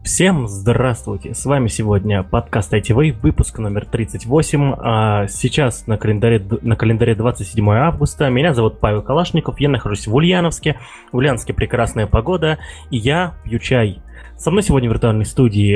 Всем здравствуйте! С вами сегодня подкаст ITV, выпуск номер 38. Сейчас на календаре 27 августа. Меня зовут Павел Калашников, я нахожусь в Ульяновске. В Ульяновске прекрасная погода, и я пью чай. Со мной сегодня в виртуальной студии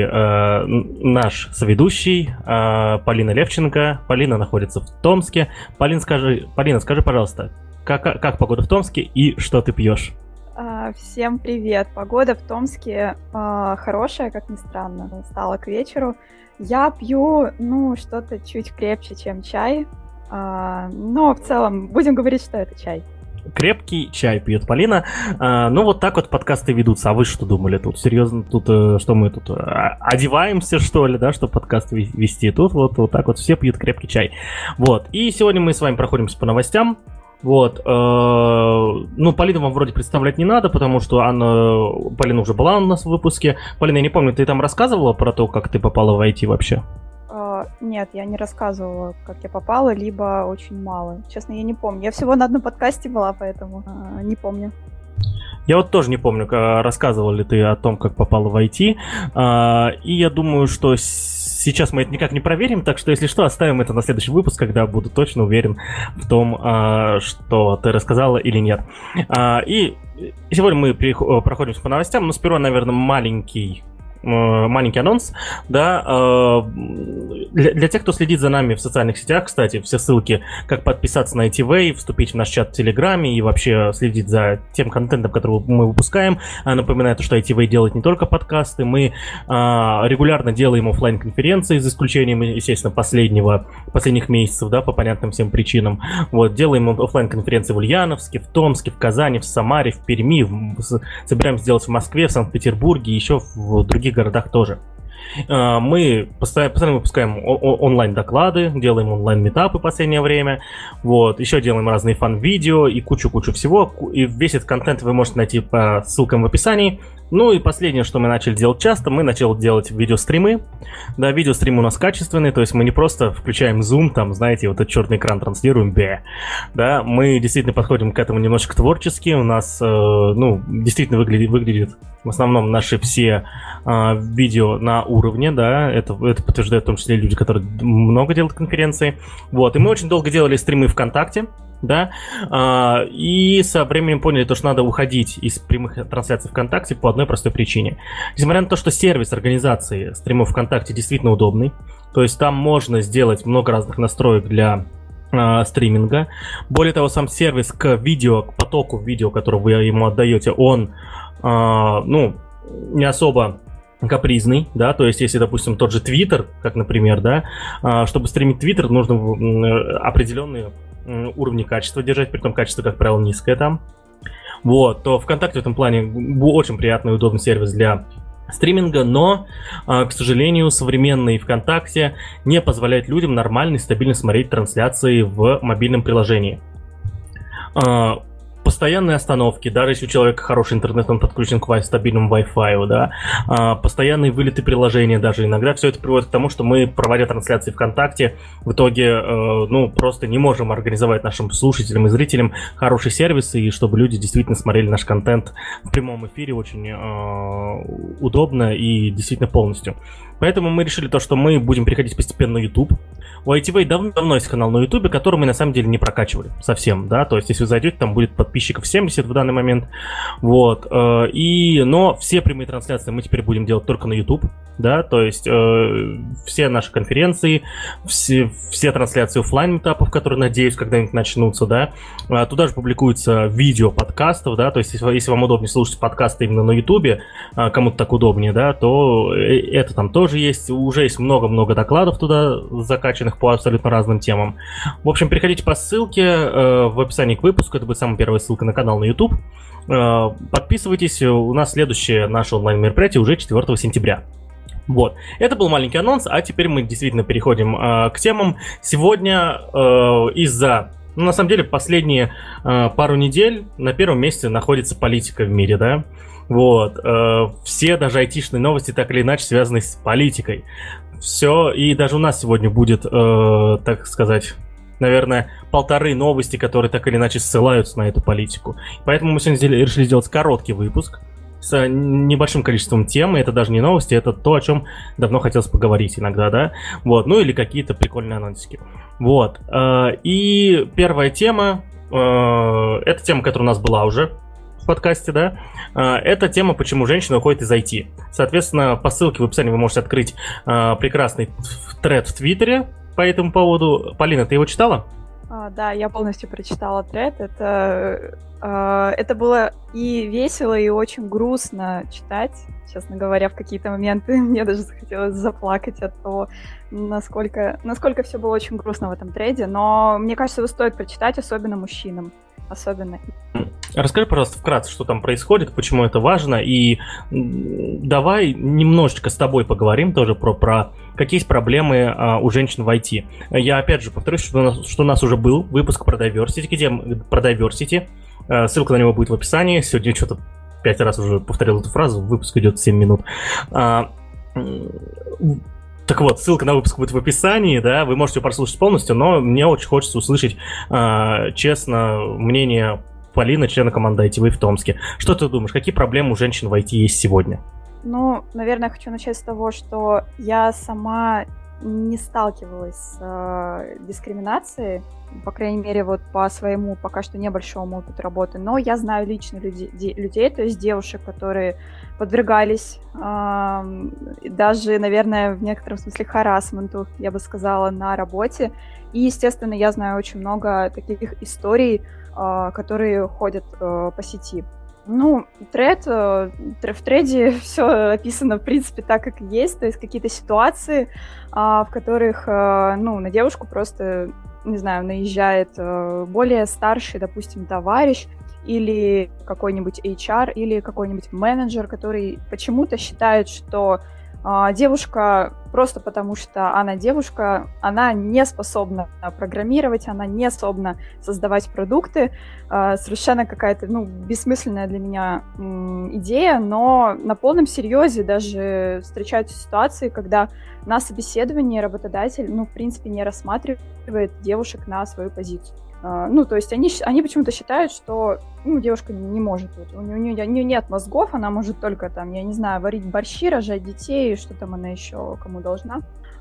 наш соведущий Полина Левченко. Полина находится в Томске. Полина, скажи, пожалуйста, как погода в Томске и что ты пьешь? Всем привет! Погода в Томске хорошая, как ни странно, стала к вечеру. Я пью, что-то чуть крепче, чем чай, но в целом будем говорить, что это чай. Крепкий чай пьет Полина. Вот так вот подкасты ведутся. А вы что думали тут? Серьезно, что мы тут одеваемся, что ли, да, чтобы подкаст вести? Тут вот так вот все пьют крепкий чай. Вот. И сегодня мы с вами проходимся по новостям. Вот, Полину вам вроде представлять не надо, потому что Полина уже была у нас в выпуске. Полина, я не помню, ты там рассказывала про то, как ты попала в IT вообще? Нет, я не рассказывала, как я попала, либо очень мало. Честно, я не помню. Я всего на одном подкасте была, поэтому не помню. Я вот тоже не помню, рассказывал ли ты о том, как попала в IT. И я думаю, что сейчас мы это никак не проверим, так что, если что, оставим это на следующий выпуск, когда буду точно уверен в том, что ты рассказала или нет. И сегодня мы проходимся по новостям, но сперва, наверное, маленький анонс, да, для тех, кто следит за нами в социальных сетях, кстати, все ссылки, как подписаться на ITV, вступить в наш чат в Телеграме и вообще следить за тем контентом, который мы выпускаем. Напоминаю, что ITV делает не только подкасты, мы регулярно делаем офлайн-конференции, за исключением, естественно, последних месяцев, да, по понятным всем причинам. Вот, делаем офлайн-конференции в Ульяновске, в Томске, в Казани, в Самаре, в Перми, собираемся делать в Москве, в Санкт-Петербурге, еще в других городах тоже. Мы постоянно выпускаем онлайн-доклады, делаем онлайн-митапы в последнее время, вот, еще делаем разные фан-видео и кучу всего, и весь этот контент вы можете найти по ссылкам в описании. Ну и последнее, что мы начали делать часто, мы начали делать видеостримы. Да, видеостримы у нас качественные, то есть мы не просто включаем Zoom, там, знаете, вот этот черный экран транслируем, да, мы действительно подходим к этому немножко творчески, у нас, действительно выглядит в основном наши все видео на уровне, да, это подтверждают в том числе люди, которые много делают конференции, вот, и мы очень долго делали стримы ВКонтакте, да, и со временем поняли то, что надо уходить из прямых трансляций ВКонтакте по одной простой причине. Несмотря на то, что сервис организации стримов ВКонтакте действительно удобный, то есть там можно сделать много разных настроек для стриминга. Более того, сам сервис к потоку видео, который вы ему отдаете, он, не особо капризный, да, то есть если, допустим, тот же Twitter, как, например, да, чтобы стримить Twitter, нужно определенные уровни качества держать, при том качество, как правило, низкое там. Вот, то ВКонтакте в этом плане очень приятный и удобный сервис для стриминга, но, к сожалению, современный ВКонтакте не позволяет людям нормально и стабильно смотреть трансляции в мобильном приложении. Постоянные остановки, даже если у человека хороший интернет, он подключен к стабильному Wi-Fi, да, постоянные вылеты приложения даже иногда, все это приводит к тому, что мы, проводя трансляции ВКонтакте, в итоге, просто не можем организовать нашим слушателям и зрителям хороший сервис, и чтобы люди действительно смотрели наш контент в прямом эфире очень удобно и действительно полностью. Поэтому мы решили то, что мы будем переходить постепенно на YouTube. У ITV давно есть канал на YouTube, который мы на самом деле не прокачивали совсем, да, то есть если вы зайдете, там будет подписчиков 70 в данный момент, вот, но все прямые трансляции мы теперь будем делать только на YouTube, да, то есть все наши конференции, все трансляции офлайн-этапов, которые, надеюсь, когда-нибудь начнутся, да, туда же публикуются видео подкастов, да, то есть если вам удобнее слушать подкасты именно на YouTube, кому-то так удобнее, да, то это там тоже есть, уже есть много-много докладов туда закачанных по абсолютно разным темам. В общем, переходите по ссылке в описании к выпуску, это будет самая первая ссылка на канал на YouTube. Подписывайтесь, у нас следующее наше онлайн-мероприятие уже 4 сентября. Вот, это был маленький анонс, а теперь мы действительно переходим к темам. Сегодня на самом деле, последние пару недель на первом месте находится политика в мире, да. Вот, все даже айтишные новости так или иначе связаны с политикой. Все, и даже у нас сегодня будет, так сказать, наверное, полторы новости, которые так или иначе ссылаются на эту политику. Поэтому мы сегодня решили сделать короткий выпуск. с небольшим количеством тем, и это даже не новости, это то, о чем давно хотелось поговорить иногда, да, вот, ну или какие-то прикольные анонсики. Вот, и первая тема, это тема, которая у нас была уже в подкасте, да, это тема, почему женщина уходит из IT. Соответственно, по ссылке в описании вы можете открыть прекрасный тред в Твиттере по этому поводу. Полина, ты его читала? Да, я полностью прочитала тред. Это было и весело, и очень грустно читать. Честно говоря, в какие-то моменты мне даже захотелось заплакать от того, насколько все было очень грустно в этом треде. Но мне кажется, его стоит прочитать, особенно мужчинам. Особенно. Расскажи, пожалуйста, вкратце, что там происходит, почему это важно, и давай немножечко с тобой поговорим тоже про какие есть проблемы у женщин в IT. Я опять же повторюсь, что у нас уже был выпуск про diversity, ссылка на него будет в описании. Сегодня что-то 5 раз уже повторил эту фразу, выпуск идет 7 минут. Так вот, ссылка на выпуск будет в описании, да, вы можете его прослушать полностью, но мне очень хочется услышать, честно, мнение Полины, члена команды ITV в Томске. Что ты думаешь, какие проблемы у женщин в IT есть сегодня? Ну, наверное, хочу начать с того, что я сама не сталкивалась с дискриминацией, по крайней мере, вот по своему пока что небольшому опыту работы, но я знаю лично людей, то есть девушек, которые подвергались даже, наверное, в некотором смысле харассменту, я бы сказала, на работе. И, естественно, я знаю очень много таких историй, которые ходят по сети. Ну, в треде все описано, в принципе, так, как и есть, то есть какие-то ситуации, в которых, на девушку просто, не знаю, наезжает более старший, допустим, товарищ, или какой-нибудь HR, или какой-нибудь менеджер, который почему-то считает, что девушка, просто потому что она девушка, она не способна программировать, она не способна создавать продукты. Совершенно какая-то, бессмысленная для меня идея, но на полном серьезе даже встречаются ситуации, когда на собеседовании работодатель, в принципе, не рассматривает девушек на свою позицию. То есть они почему-то считают, что девушка не может. У нее нет мозгов, она может только там, я не знаю, варить борщи, рожать детей, что там она еще кому должна.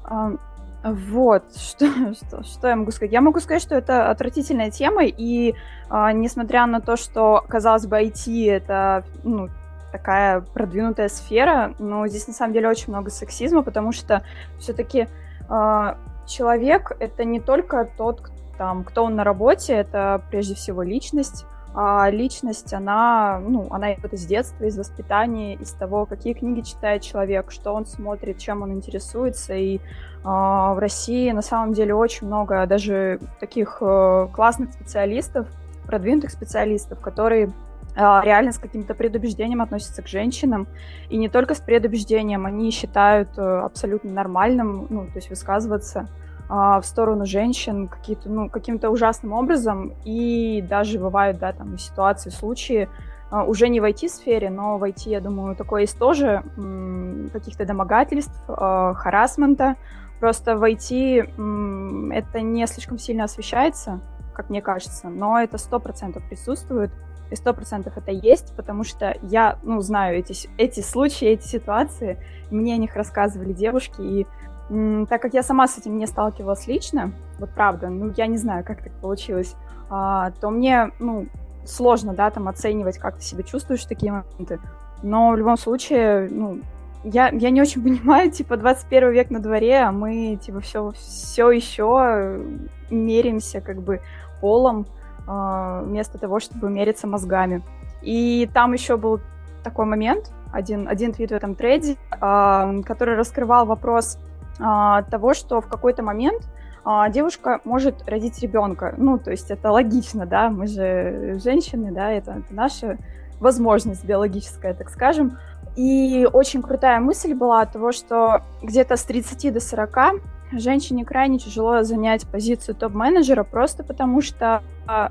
Вот, что я могу сказать? Я могу сказать, что это отвратительная тема, и несмотря на то, что, казалось бы, IT — это, такая продвинутая сфера, но здесь на самом деле очень много сексизма, потому что все-таки человек — это не только тот, кто он на работе, это прежде всего личность. А личность, она идет из детства, из воспитания, из того, какие книги читает человек, что он смотрит, чем он интересуется. И в России на самом деле очень много даже таких классных специалистов, продвинутых специалистов, которые реально с каким-то предубеждением относятся к женщинам. И не только с предубеждением, они считают абсолютно нормальным, то есть высказываться в сторону женщин каким-то ужасным образом, и даже бывают, ситуации, случаи, уже не в IT-сфере, но в IT, я думаю, такое есть тоже, каких-то домогательств, харассмента. Просто в IT это не слишком сильно освещается, как мне кажется, но это 100% присутствует, и 100% это есть, потому что я, знаю эти случаи, эти ситуации, мне о них рассказывали девушки, и так как я сама с этим не сталкивалась лично, вот правда, я не знаю, как так получилось, то мне, сложно, оценивать, как ты себя чувствуешь в такие моменты. Но в любом случае, я не очень понимаю, 21 век на дворе, а мы, все еще меряемся, полом, вместо того, чтобы мериться мозгами. И там еще был такой момент, один твит в этом трейде, который раскрывал вопрос того, что в какой-то момент девушка может родить ребенка. То есть это логично, да, мы же женщины, да, это наша возможность биологическая, так скажем. И очень крутая мысль была от того, что где-то с 30 до 40 женщине крайне тяжело занять позицию топ-менеджера, просто потому что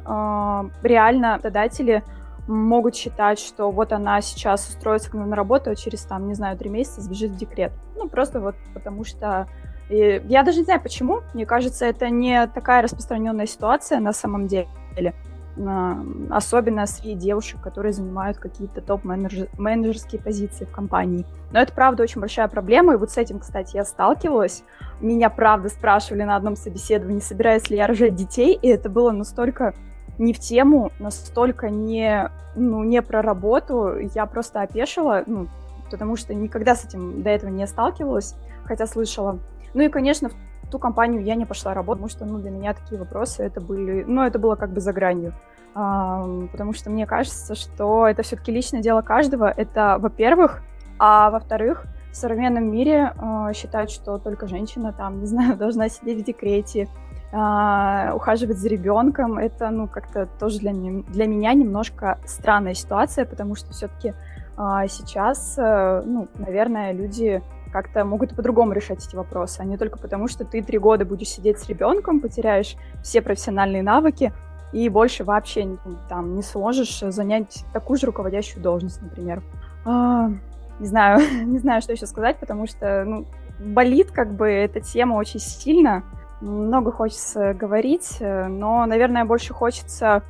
реально работодатели могут считать, что вот она сейчас устроится к нам на работу, а через, 3 месяца сбежит в декрет. Просто вот потому что... Я даже не знаю, почему. Мне кажется, это не такая распространенная ситуация на самом деле. особенно среди девушек, которые занимают какие-то топ-менеджерские позиции в компании. Но это, правда, очень большая проблема, и вот с этим, кстати, я сталкивалась. Меня, правда, спрашивали на одном собеседовании, собираюсь ли я рожать детей, и это было настолько не в тему, настолько не про работу, я просто опешила, потому что никогда с этим до этого не сталкивалась, хотя слышала. Ну и, конечно, в ту компанию я не пошла работать, потому что, для меня такие вопросы, это было как бы за гранью. Потому что мне кажется, что это все-таки личное дело каждого, это, во-первых, а во-вторых, в современном мире считают, что только женщина должна сидеть в декрете, ухаживать за ребенком. Это, как-то тоже для меня немножко странная ситуация, потому что все-таки сейчас, наверное, люди как-то могут по-другому решать эти вопросы, а не только потому, что ты 3 года будешь сидеть с ребенком, потеряешь все профессиональные навыки и больше вообще не сможешь занять такую же руководящую должность, например. Не знаю, что еще сказать, потому что, болит как бы эта тема очень сильно. Много хочется говорить, но, наверное, больше хочется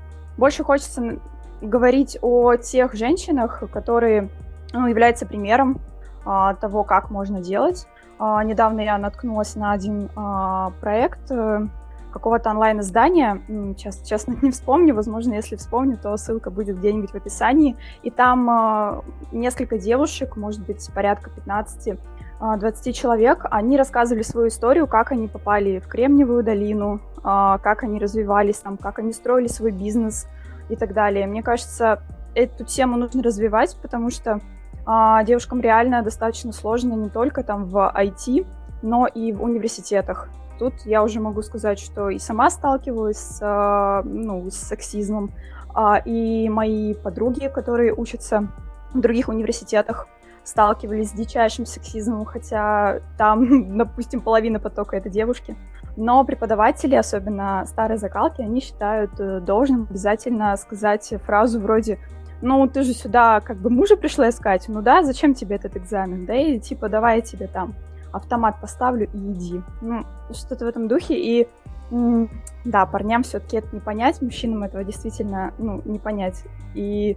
говорить о тех женщинах, которые являются примером того, как можно делать. Недавно я наткнулась на один проект какого-то онлайн-издания. Сейчас, честно, не вспомню. Возможно, если вспомню, то ссылка будет где-нибудь в описании. И там несколько девушек, может быть, порядка 15-20 человек, они рассказывали свою историю, как они попали в Кремниевую долину, как они развивались там, как они строили свой бизнес и так далее. Мне кажется, эту тему нужно развивать, потому что девушкам реально достаточно сложно не только там в IT, но и в университетах. Тут я уже могу сказать, что и сама сталкиваюсь с сексизмом, и мои подруги, которые учатся в других университетах, сталкивались с дичайшим сексизмом, хотя там, допустим, половина потока — это девушки. Но преподаватели, особенно старой закалки, они считают должным обязательно сказать фразу вроде: ты же сюда как бы мужа пришла искать, да, зачем тебе этот экзамен, да, и типа давай я тебе там автомат поставлю и иди. Что-то в этом духе, и да, парням все-таки это не понять, мужчинам этого действительно, не понять. И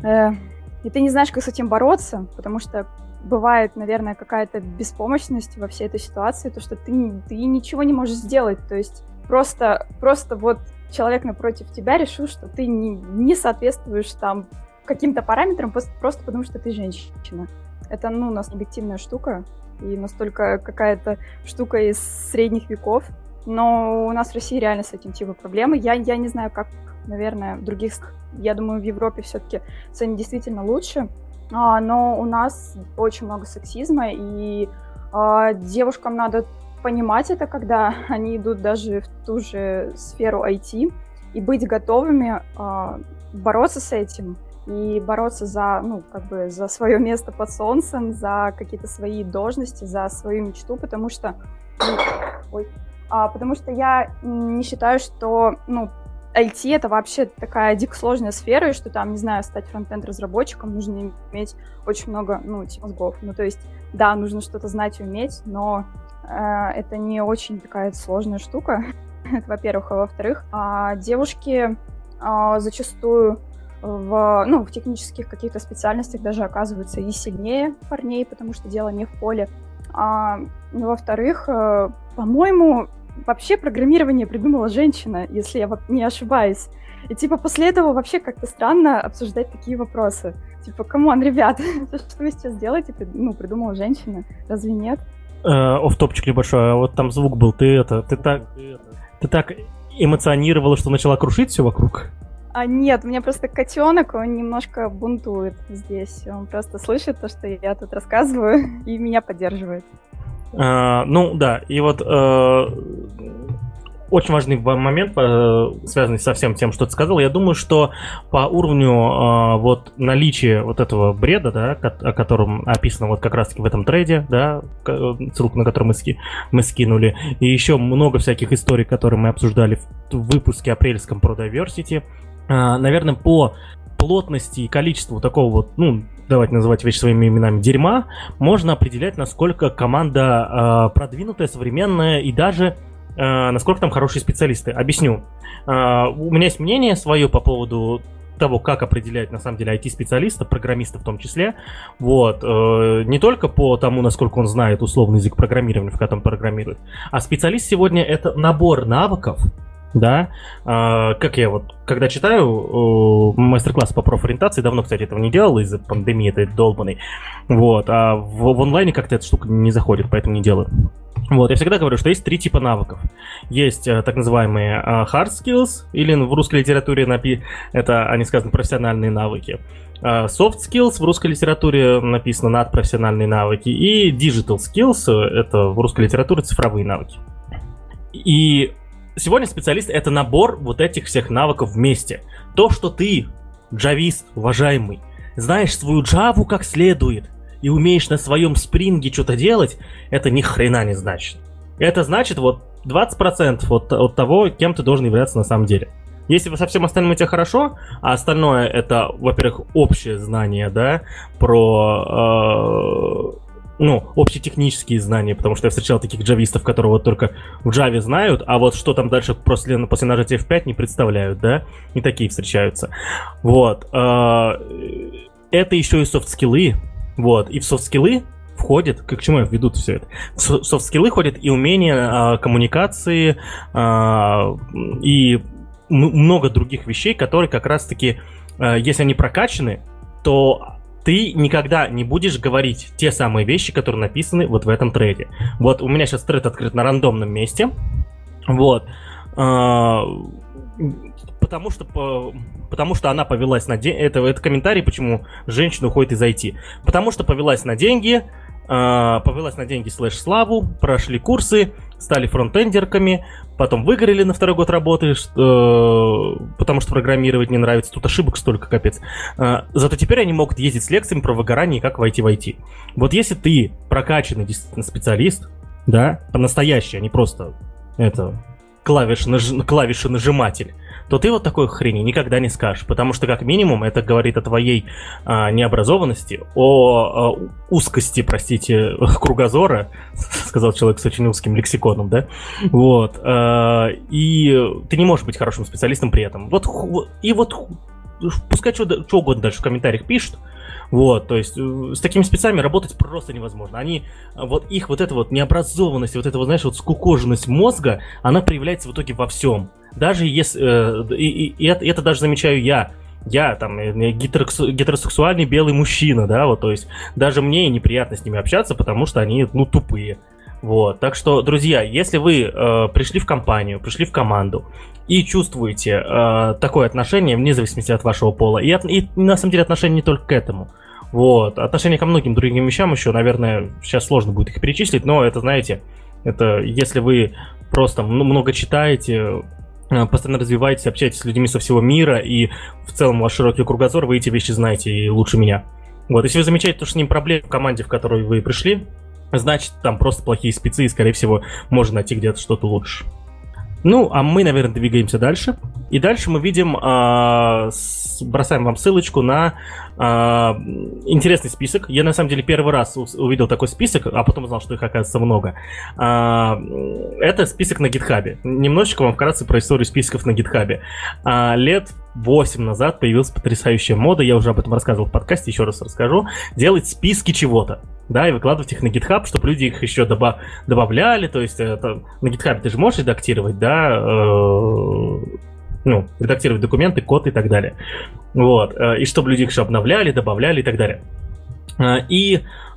ты не знаешь, как с этим бороться, потому что бывает, наверное, какая-то беспомощность во всей этой ситуации, то, что ты ничего не можешь сделать, то есть просто вот человек напротив тебя решил, что ты не соответствуешь там каким-то параметрам просто потому, что ты женщина. Это, у нас объективная штука, и настолько какая-то штука из средних веков, но у нас в России реально с этим типа проблемы. Я не знаю, как, наверное, в других, я думаю, в Европе все-таки с этим действительно лучше, но у нас очень много сексизма, и девушкам надо понимать это, когда они идут даже в ту же сферу IT, и быть готовыми бороться с этим, и бороться за свое место под солнцем, за какие-то свои должности, за свою мечту, потому что я не считаю, что IT — это вообще такая дико сложная сфера, и что там, не знаю, стать фронтенд-разработчиком нужно иметь очень много, мозгов. То есть, да, нужно что-то знать и уметь, но это не очень такая сложная штука. Это, во-первых. А во-вторых, девушки зачастую в технических каких-то специальностях даже оказываются и сильнее парней, потому что дело не в поле. Во-вторых, по-моему, вообще программирование придумала женщина, если я не ошибаюсь. И после этого вообще как-то странно обсуждать такие вопросы. Камон, ребят, что вы сейчас делаете? Придумала женщина. Разве нет? Офф-топчик небольшой, а вот там звук был. Ты так эмоционировала, что начала крушить все вокруг? Нет, у меня просто котенок, он немножко бунтует здесь. Он просто слышит то, что я тут рассказываю, и меня поддерживает. Да, и вот очень важный момент, связанный со всем тем, что ты сказал. Я думаю, что по уровню наличия вот этого бреда, да, о котором описано вот как раз-таки в этом трейде, да, ссылку на который мы скинули, и еще много всяких историй, которые мы обсуждали в выпуске апрельском про diversity, наверное, по плотности и количеству такого давайте называть вещи своими именами, дерьма, можно определять, насколько команда продвинутая, современная и даже насколько там хорошие специалисты. Объясню. У меня есть мнение свое по поводу того, как определять, на самом деле, IT-специалиста, программиста в том числе. Вот. Не только по тому, насколько он знает условный язык программирования, в котором программирует, а специалист сегодня — это набор навыков, да, как я вот, когда читаю мастер-класс по профориентации, давно, кстати, этого не делал из-за пандемии этой долбанной, вот, а в онлайне как-то эта штука не заходит, поэтому не делаю. Вот, я всегда говорю, что есть 3 типа навыков. Есть так называемые hard skills, или в русской литературе это, они сказаны, профессиональные навыки. Soft skills в русской литературе написано надпрофессиональные навыки. И digital skills, это в русской литературе цифровые навыки. И сегодня специалист — это набор вот этих всех навыков вместе. То, что ты, джавист, уважаемый, знаешь свою джаву как следует, и умеешь на своем спринге что-то делать, это ни хрена не значит. Это значит вот 20% от того, кем ты должен являться на самом деле. Если со всем остальным у тебя хорошо, а остальное это, во-первых, общее знание, да, про, общетехнические знания, потому что я встречал таких джавистов, которые вот только в Java знают, а вот что там дальше после нажатия F5 не представляют, да, и такие встречаются. Вот. Это еще и софт-скиллы. Вот, и в софт-скиллы входит, к чему я веду все это? В софт-скиллы входит и умение коммуникации, и много других вещей, которые как раз-таки, если они прокачаны, то ты никогда не будешь говорить те самые вещи, которые написаны вот в этом треде. Вот у меня сейчас тред открыт на рандомном месте, вот, потому что она повелась на деньги. Это комментарий, почему женщина уходит из IT. Потому что повелась на деньги, слэш-славу, прошли курсы, стали фронтендерками, потом выгорели на 2-й год работы, потому что программировать не нравится, тут ошибок столько, капец. Зато теперь они могут ездить с лекциями про выгорание и как войти в IT. Вот если ты прокачанный действительно специалист, да, по-настоящему, а не просто клавиши-нажиматель, то ты вот такой хрени никогда не скажешь, потому что, как минимум, это говорит о твоей необразованности, о узкости, простите, кругозора, сказал человек с очень узким лексиконом, да, вот, и ты не можешь быть хорошим специалистом при этом. Пускай что угодно дальше в комментариях пишут. Вот, то есть с такими спецами работать просто невозможно. Они, вот их вот эта вот необразованность, вот эта вот, знаешь, вот скукоженность мозга, она проявляется в итоге во всем. Даже если, и это даже замечаю я там гетеросексуальный белый мужчина, да, вот, то есть даже мне неприятно с ними общаться, потому что они, тупые. Вот, так что, друзья, если вы пришли в компанию, пришли в команду и чувствуете такое отношение, вне зависимости от вашего пола, и на самом деле отношение не только к этому, вот, отношение ко многим другим вещам еще, наверное, сейчас сложно будет их перечислить, но это, знаете, это если вы просто много читаете, постоянно развиваетесь, общаетесь с людьми со всего мира, и в целом у вас широкий кругозор, вы эти вещи знаете и лучше меня. Вот, если вы замечаете, то, что с ним проблем в команде, в которой вы пришли, значит, там просто плохие спецы, и, скорее всего, можно найти где-то что-то лучше. Ну, а мы, наверное, двигаемся дальше. И дальше мы видим, бросаем вам ссылочку на интересный список. Я, на самом деле, первый раз увидел такой список, а потом узнал, что их, оказывается, много. Это список на GitHub. Немножечко вам вкратце про историю списков на GitHub. Лет 8 назад появилась потрясающая мода, я уже об этом рассказывал в подкасте, еще раз расскажу, делать списки чего-то, да, и выкладывать их на GitHub, чтобы люди их еще добавляли, то есть на GitHub ты же можешь редактировать, да, редактировать документы, код и так далее, вот, и чтобы люди их еще обновляли, добавляли и так далее. И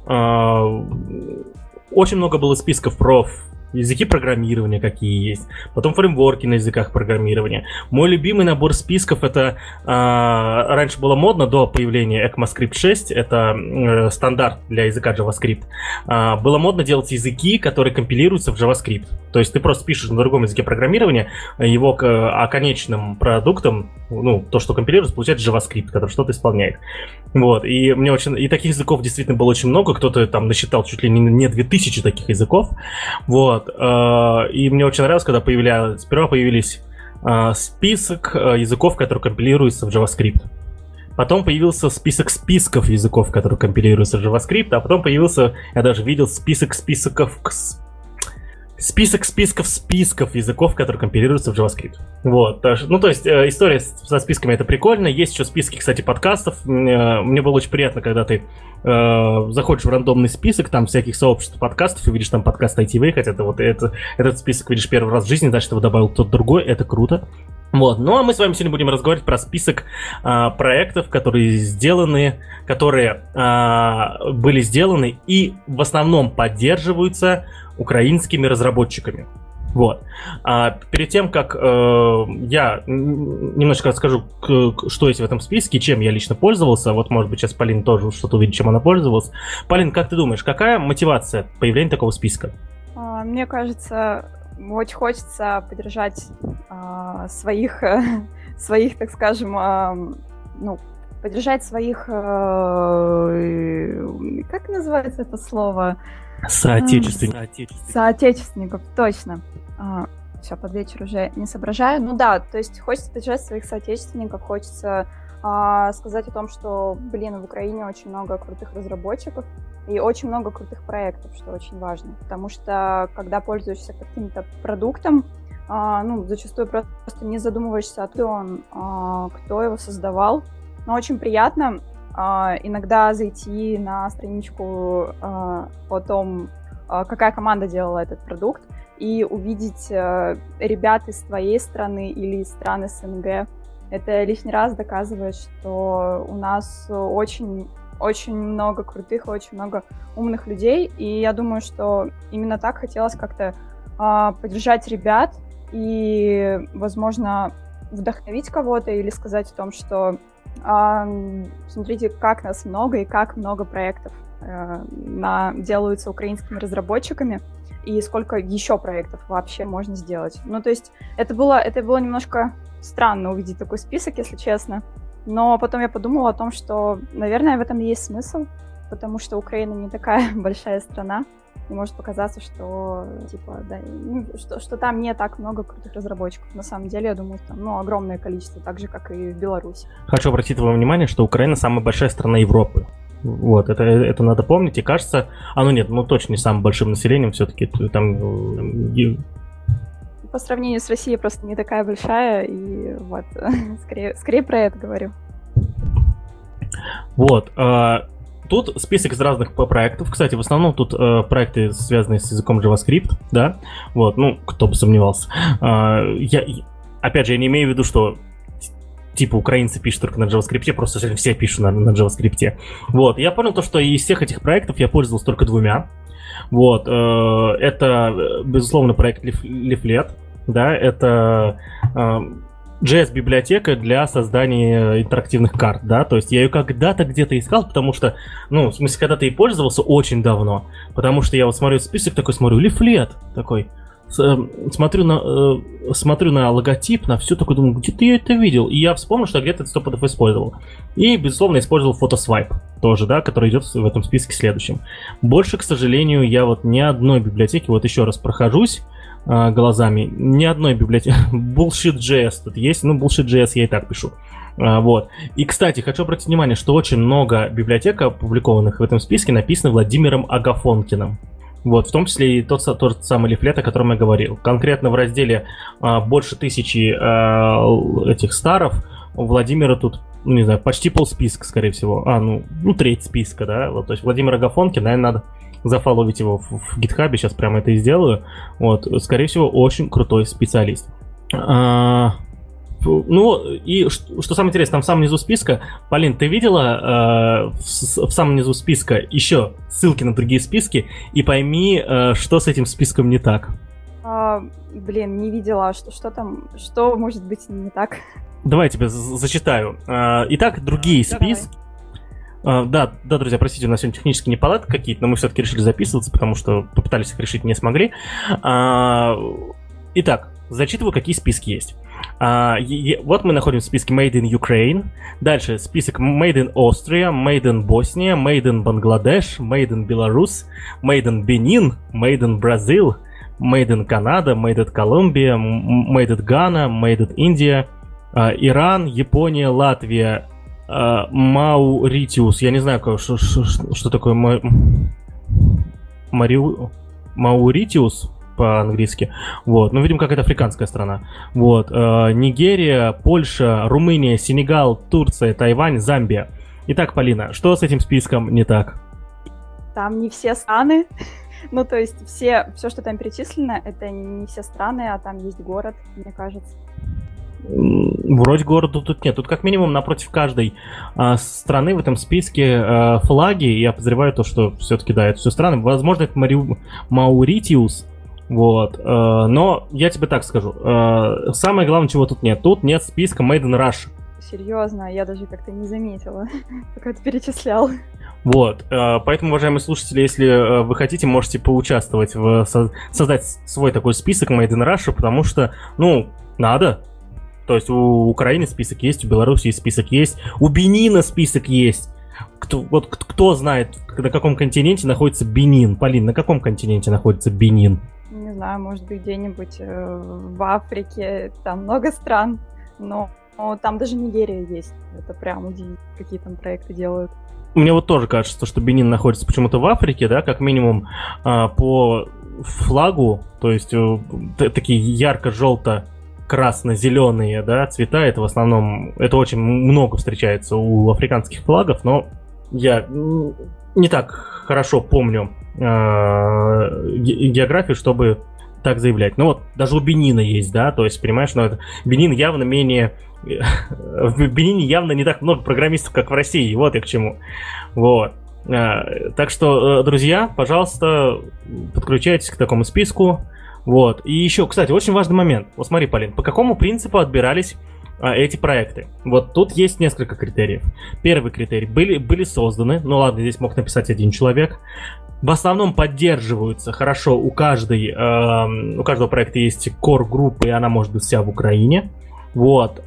очень много было списков про языки программирования, какие есть, потом фреймворки на языках программирования. Мой любимый набор списков — это раньше было модно до появления ECMAScript 6, это стандарт для языка JavaScript. Было модно делать языки, которые компилируются в JavaScript. То есть ты просто пишешь на другом языке программирования, его конечным продуктом, то, что компилируется, получается JavaScript, который что-то исполняет. Вот, и таких языков действительно было очень много, кто-то там насчитал чуть ли не 2000 таких языков. Вот, и мне очень нравилось, когда сперва появились список языков, которые компилируются в JavaScript. Потом появился список списков языков, которые компилируются в JavaScript, а потом появился, я даже видел, список списков список списков языков, которые компилируются в JavaScript. Вот. Ну, то есть, история со списками — это прикольно. Есть еще списки, кстати, подкастов. Мне было очень приятно, когда ты заходишь в рандомный список там всяких сообществ подкастов и видишь там подкаст ITV, хотя этот список видишь первый раз в жизни, значит, его добавил кто-то другой, это круто. Вот. Ну, а мы с вами сегодня будем разговаривать про список проектов, которые были сделаны и в основном поддерживаются украинскими разработчиками. Вот. Перед тем, как я немножко расскажу, что есть в этом списке, чем я лично пользовался, вот, может быть, сейчас Полин тоже что-то увидит, чем она пользовалась. Полин, как ты думаешь, какая мотивация появления такого списка? Мне кажется, очень хочется поддержать своих, так скажем, поддержать своих, как называется это слово? Соотечественников, точно. Все, под вечер уже не соображаю. Ну да, то есть хочется поддержать своих соотечественников, хочется сказать о том, что, в Украине очень много крутых разработчиков и очень много крутых проектов, что очень важно. Потому что, когда пользуешься каким-то продуктом, зачастую просто не задумываешься о том, кто его создавал. Но очень приятно иногда зайти на страничку о том, какая команда делала этот продукт, и увидеть ребят из твоей страны или из стран СНГ. Это лишний раз доказывает, что у нас очень много крутых, очень много умных людей, и я думаю, что именно так хотелось как-то поддержать ребят и, возможно, вдохновить кого-то или сказать о том, что смотрите, как нас много и как много проектов делаются украинскими разработчиками, и сколько еще проектов вообще можно сделать. Ну, то есть это было немножко странно увидеть такой список, если честно, но потом я подумала о том, что, наверное, в этом есть смысл, потому что Украина не такая большая страна, и может показаться, что что там не так много крутых разработчиков. На самом деле, я думаю, там огромное количество, так же, как и в Беларуси. Хочу обратить твое внимание, что Украина самая большая страна Европы. Вот, это надо помнить, и кажется, точно не самым большим населением, все-таки там... По сравнению с Россией просто не такая большая, и вот, скорее про это говорю. Вот, тут список из разных проектов. Кстати, в основном тут проекты, связанные с языком JavaScript, да, вот, кто бы сомневался. Опять же, я не имею в виду, что типа украинцы пишут только на JavaScript, просто все пишут на JavaScript. Вот, я понял то, что из всех этих проектов я пользовался только двумя. Вот, это, безусловно, проект Leaflet, да, это JS-библиотека для создания интерактивных карт, да, то есть я ее когда-то где-то искал, потому что, в смысле, когда-то и пользовался очень давно, потому что я вот смотрю список такой, Leaflet такой, смотрю на логотип, на все такое, думаю, где-то я это видел, и я вспомнил, что где-то это 100% использовал. И, безусловно, использовал Photoswipe тоже, да, который идет в этом списке следующем. Больше, к сожалению, я вот ни одной библиотеки, вот еще раз прохожусь глазами, ни одной библиотеки. Bullshit.js тут есть, Bullshit.js я и так пишу. Вот. И, кстати, хочу обратить внимание, что очень много библиотек, опубликованных в этом списке, написано Владимиром Агафонкиным. Вот, в том числе и тот самый Leaflet, о котором я говорил. Конкретно в разделе больше 1000 этих старов у Владимира тут, почти полсписка, скорее всего. Треть списка, да. Вот, то есть Владимир Агафонкин, наверное, надо зафоловить его в гитхабе, сейчас прямо это и сделаю. Вот, скорее всего, очень крутой специалист. И что самое интересное, там в самом низу списка, Полин, ты видела в самом низу списка еще ссылки на другие списки, и пойми, что с этим списком не так. Не видела, что может быть не так. Давай я тебе зачитаю. Итак, другие списки. Да, друзья, простите, у нас сегодня технические неполадки какие-то, но мы все-таки решили записываться, потому что попытались их решить, не смогли. Итак, зачитываю, какие списки есть. Вот мы находим в списке Made in Ukraine. Дальше список Made in Austria, Made in Bosnia, Made in Bangladesh, Made in Belarus, Made in Benin, Made in Brazil, Made in Canada, Made in Colombia, Made in Ghana, Made in India, Иран, Япония, Латвия, Мауритиус. Я не знаю, что такое Мауритиус. по-английски. Вот. Ну, видимо, какая-то африканская страна. Вот. Нигерия, Польша, Румыния, Сенегал, Турция, Тайвань, Замбия. Итак, Полина, что с этим списком не так? Там не все страны. Ну, то есть все, что там перечислено, это не все страны, а там есть город, мне кажется. Вроде города тут нет. Тут как минимум напротив каждой страны в этом списке флаги. Я подозреваю то, что все-таки, да, это все страны. Возможно, это Мауритиус. Вот. Но я тебе так скажу. Самое главное, чего тут нет. Тут нет списка Made in Russia. Серьезно, я даже как-то не заметила, пока ты перечислял. Вот, поэтому, уважаемые слушатели, если вы хотите, можете поучаствовать создать свой такой список Made in Russia, потому что, ну, надо. То есть у Украины список есть, у Беларуси список есть, у Бенина список есть. Кто знает, на каком континенте находится Бенин? Полин, на каком континенте находится Бенин? Не знаю, может быть, где-нибудь в Африке, там много стран, но там даже Нигерия есть. Это прям удивительно, какие там проекты делают. Мне вот тоже кажется, что Бенин находится почему-то в Африке, да, как минимум по флагу, то есть такие ярко-желто-красно-зеленые, да, цвета, это в основном, это очень много встречается у африканских флагов, но я не так хорошо помню географию, чтобы так заявлять. Ну вот, даже у Бенина есть, да, то есть, понимаешь, но это, Бенин явно менее... В Бенине явно не так много программистов, как в России, вот я к чему. Вот. Так что, друзья, пожалуйста, подключайтесь к такому списку. Вот. И еще, кстати, очень важный момент. Вот смотри, Полин, по какому принципу отбирались эти проекты? Вот тут есть несколько критериев. Первый критерий. Были созданы, ну ладно, здесь мог написать один человек. В основном поддерживаются хорошо у каждого проекта есть core-группа, и она может быть вся в Украине. Вот.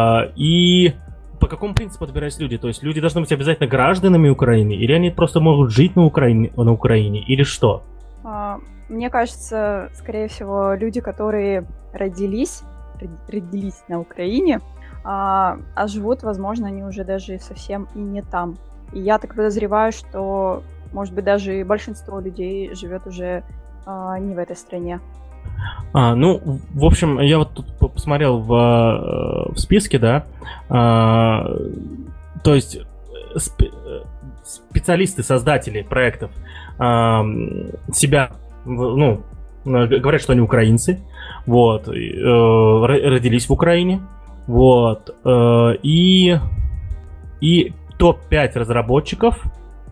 И по какому принципу отбирались люди? То есть люди должны быть обязательно гражданами Украины, или они просто могут жить на Украине, или что? Мне кажется, скорее всего, люди, которые родились на Украине, а живут, возможно, они уже даже совсем и не там. И я так подозреваю, что, может быть, даже большинство людей живет уже не в этой стране. Ну, в общем, я вот тут посмотрел в списке, да, то есть специалисты, создатели проектов себя, ну, говорят, что они украинцы, вот, родились в Украине, вот, и топ-5 разработчиков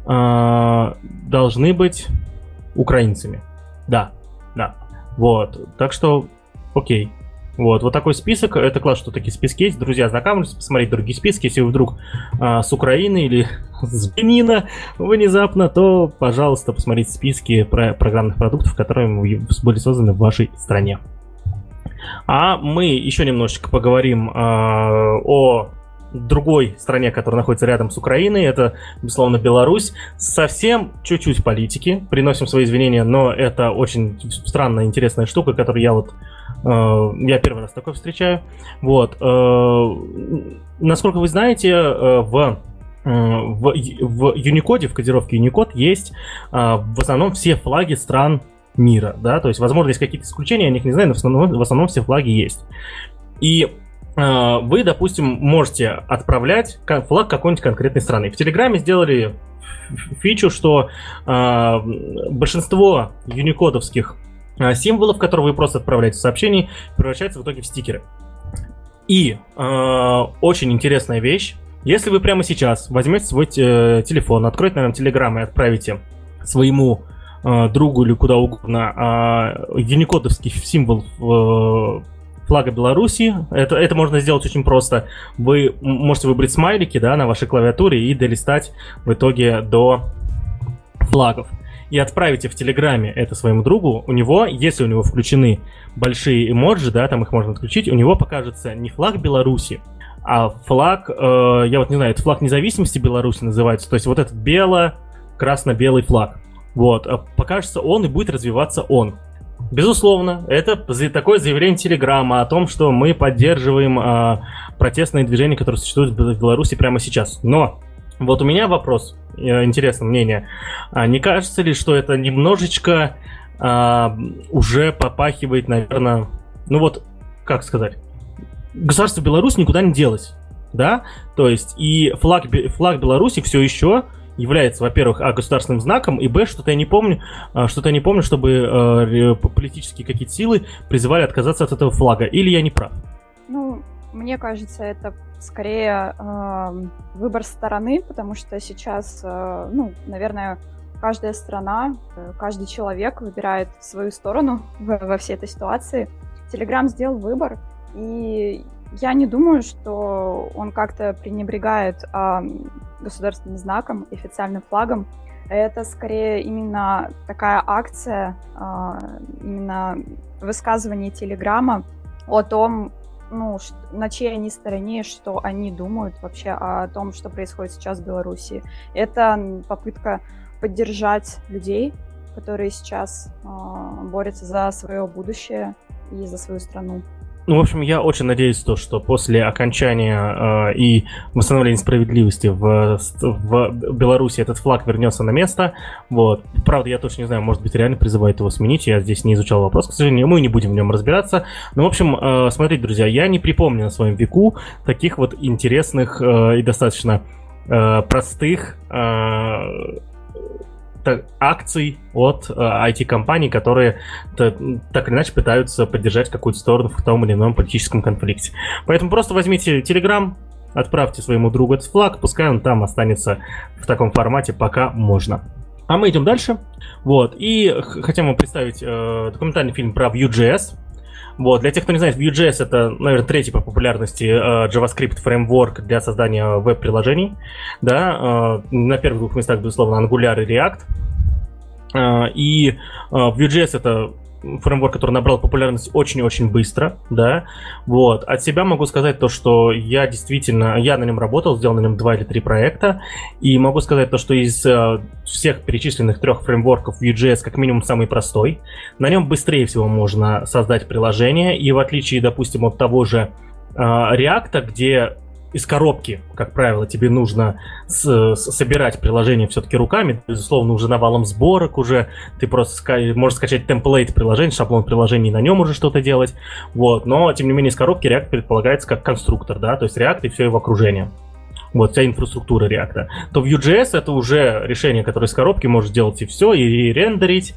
должны быть украинцами, да. Вот, так что, окей. Вот такой список. Это классно, что такие списки есть. Друзья, знакомьтесь, посмотрите другие списки. Если вы вдруг с Украины или с Бенина внезапно, то, пожалуйста, посмотрите списки программных продуктов, которые были созданы в вашей стране. А мы еще немножечко поговорим о другой стране, которая находится рядом с Украиной. Это, безусловно, Беларусь. Совсем чуть-чуть политики. Приносим свои извинения, но это очень странная, интересная штука, которую я первый раз такой встречаю. Вот. Насколько вы знаете, в Unicode, в кодировке Unicode есть в основном все флаги стран мира, да, то есть, возможно, есть какие-то исключения, я о них не знаю, но в основном все флаги есть. И вы, допустим, можете отправлять флаг какой-нибудь конкретной страны. В Телеграме сделали фичу, что большинство юникодовских символов, которые вы просто отправляете в сообщении, превращаются в итоге в стикеры. И очень интересная вещь. Если вы прямо сейчас возьмете свой телефон, откроете, наверное, Телеграм и отправите своему другу или куда угодно юникодовский символ флага Беларуси. Это можно сделать очень просто. Вы можете выбрать смайлики, да, на вашей клавиатуре и долистать в итоге до флагов. И отправите в Телеграме это своему другу. У него, если у него включены большие эмоджи, да, там их можно отключить, у него покажется не флаг Беларуси, а флаг, я вот не знаю, это флаг независимости Беларуси называется. То есть вот этот красно-белый флаг. Вот, покажется он и будет развиваться он. Безусловно, это такое заявление Телеграма о том, что мы поддерживаем протестные движения, которые существуют в Беларуси прямо сейчас. Но вот у меня вопрос, интересное мнение. Не кажется ли, что это немножечко уже попахивает, наверное, ну вот, как сказать, государство Беларусь никуда не делось, да, то есть и флаг Беларуси все еще является, во-первых, государственным знаком, и что-то я не помню, чтобы политические какие-то силы призывали отказаться от этого флага, или я не прав? Ну, мне кажется, это скорее выбор стороны, потому что сейчас, наверное, каждая страна, каждый человек выбирает свою сторону во всей этой ситуации. Telegram сделал выбор, и я не думаю, что он как-то пренебрегает государственным знаком, официальным флагом. Это скорее именно такая акция, именно высказывание Телеграма о том, на чьей они стороне, что они думают вообще о том, что происходит сейчас в Беларуси. Это попытка поддержать людей, которые сейчас борются за свое будущее и за свою страну. Ну, в общем, я очень надеюсь, что после окончания и восстановления справедливости в Беларуси этот флаг вернется на место. Вот. Правда, я точно не знаю, может быть, реально призывают его сменить. Я здесь не изучал вопрос, к сожалению, мы не будем в нем разбираться. Но, в общем, смотрите, друзья, я не припомню на своем веку таких вот интересных и достаточно простых акций от IT-компаний, которые так или иначе пытаются поддержать какую-то сторону в том или ином политическом конфликте. Поэтому просто возьмите Telegram, отправьте своему другу этот флаг, пускай он там останется в таком формате, пока можно. А мы идем дальше. Вот. И хотим вам представить документальный фильм про Vue.js. Вот. Для тех, кто не знает, Vue.js — это, наверное, третий по популярности JavaScript фреймворк для создания веб-приложений. Да? На первых двух местах, безусловно, Angular и React. И Vue.js — это фреймворк, который набрал популярность очень-очень быстро, да, вот. От себя могу сказать то, что я на нем работал, сделал на нем 2 или 3 проекта, и могу сказать то, что из всех перечисленных 3 фреймворков Vue.js как минимум самый простой. На нем быстрее всего можно создать приложение, и в отличие, допустим, от того же React, где из коробки, как правило, тебе нужно собирать приложение все-таки руками, безусловно, уже навалом сборок, уже ты просто можешь скачать темплейт приложения, шаблон приложений, на нем уже что-то делать, вот, но, тем не менее, из коробки React предполагается как конструктор, да, то есть React и все его окружение. Вот, вся инфраструктура React. То Vue.js — это уже решение, которое из коробки может делать и все, и рендерить,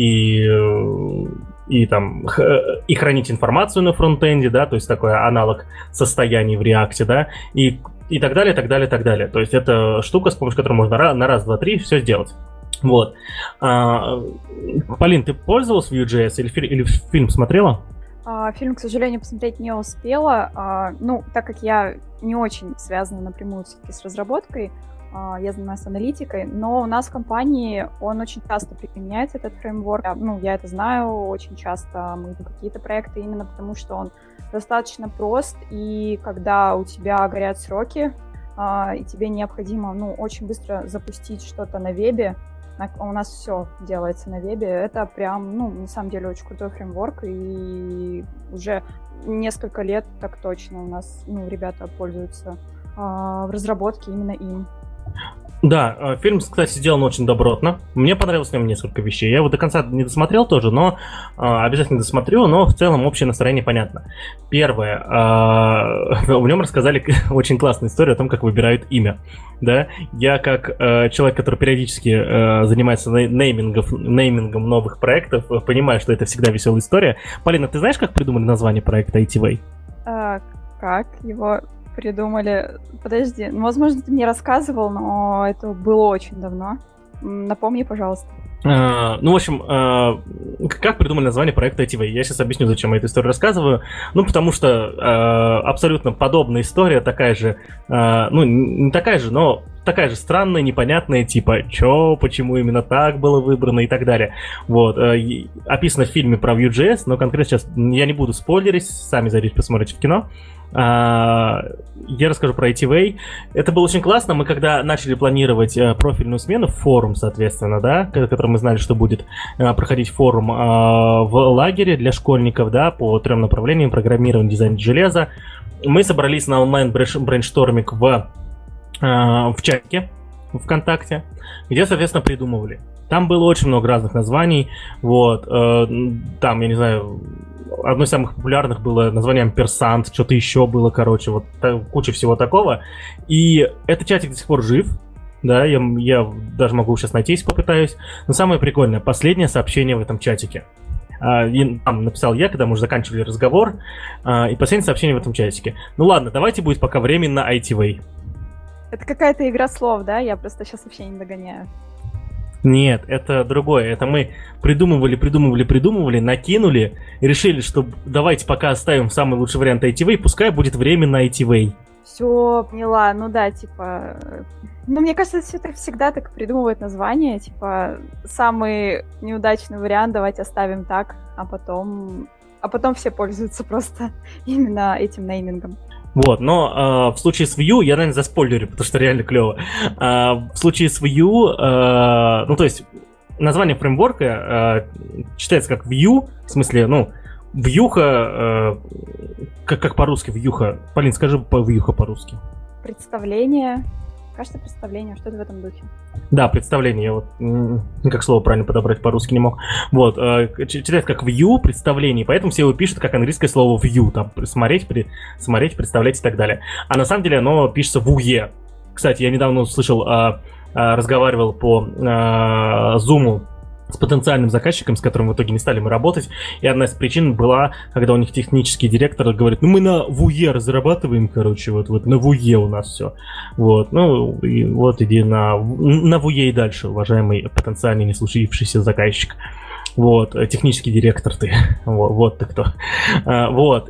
и хранить информацию на фронтенде, да, то есть такой аналог состояний в React, да, и так далее, так далее, так далее. То есть это штука, с помощью которой можно на раз, два, три все сделать. Вот. Полин, ты пользовалась Vue.js или фильм смотрела? Фильм, к сожалению, посмотреть не успела. Так как я не очень связана напрямую все-таки с разработкой, я занимаюсь аналитикой, но у нас в компании он очень часто применяется, этот фреймворк. Я это знаю, очень часто мы идем какие-то проекты именно потому, что он достаточно прост, и когда у тебя горят сроки, и тебе необходимо очень быстро запустить что-то на вебе, у нас все делается на вебе, это прям, на самом деле, очень крутой фреймворк, и уже несколько лет так точно у нас, ребята пользуются в разработке именно им. Да, фильм, кстати, сделан очень добротно. Мне понравилось в нем несколько вещей. Я его до конца не досмотрел тоже, но обязательно досмотрю, но в целом общее настроение понятно. Первое, в нем рассказали очень классную историю о том, как выбирают имя. Да? Я как человек, который периодически занимается неймингом новых проектов, понимаю, что это всегда веселая история. Полина, ты знаешь, как придумали название проекта ITWay? Как его придумали? Подожди, возможно, ты мне рассказывал, но это было очень давно. Напомни, пожалуйста. В общем, как придумали название проекта ITWay? Я сейчас объясню, зачем я эту историю рассказываю. Потому что абсолютно подобная история, такая же, не такая же, но такая же странная, непонятная, типа, почему именно так было выбрано и так далее. Вот, описано в фильме про Vue.js, но конкретно сейчас я не буду спойлерить, сами зайдите, посмотрите в кино. Я расскажу про ITWay. Это было очень классно. Мы когда начали планировать профильную смену в форум, соответственно, да, который мы знали, что будет проходить форум в лагере для школьников, да, по 3 направлениям: программирование, дизайн железа, мы собрались на онлайн-брейншторминг в чатике ВКонтакте, где, соответственно, придумывали. Там было очень много разных названий, вот, там, я не знаю, одно из самых популярных было название Амперсант, что-то еще было, короче, вот куча всего такого, и этот чатик до сих пор жив, да, я даже могу сейчас найти, если попытаюсь, но самое прикольное, последнее сообщение в этом чатике. Там написал я, когда мы уже заканчивали разговор, и последнее сообщение в этом чатике. Ну ладно, давайте будет пока время на ITV. Это какая-то игра слов, да? Я просто сейчас вообще не догоняю. Нет, это другое. Это мы придумывали, накинули и решили, что давайте пока оставим самый лучший вариант ITV, пускай будет время на ITV. Все, поняла. Ну да, типа... Ну, мне кажется, все так всегда так придумывают название. Типа, самый неудачный вариант давайте оставим так, а потом все пользуются просто именно этим неймингом. Вот, но в случае с Vue, я, наверное, заспойлерю, потому что реально клево. В случае с Vue, ну, то есть, название фреймворка читается как Vue, в смысле, ну, вьюха, как по-русски вьюха? Полин, скажи вьюха по-русски. Представление. Кажется, представление, что-то в этом духе. Да, представление, я вот никак слово правильно подобрать по-русски не мог. Вот, читается как view, представление, поэтому все его пишут как английское слово view, там, смотреть, представлять и так далее. А на самом деле оно пишется vue. Кстати, я недавно услышал, разговаривал по Zoom с потенциальным заказчиком, с которым в итоге не стали мы работать, и одна из причин была, когда у них технический директор говорит, ну мы на Vue разрабатываем, короче, вот на Vue у нас все. Вот, ну, и вот иди на Vue и дальше, уважаемый потенциальный не слушающийся заказчик. Вот, технический директор ты. Вот ты кто. Вот,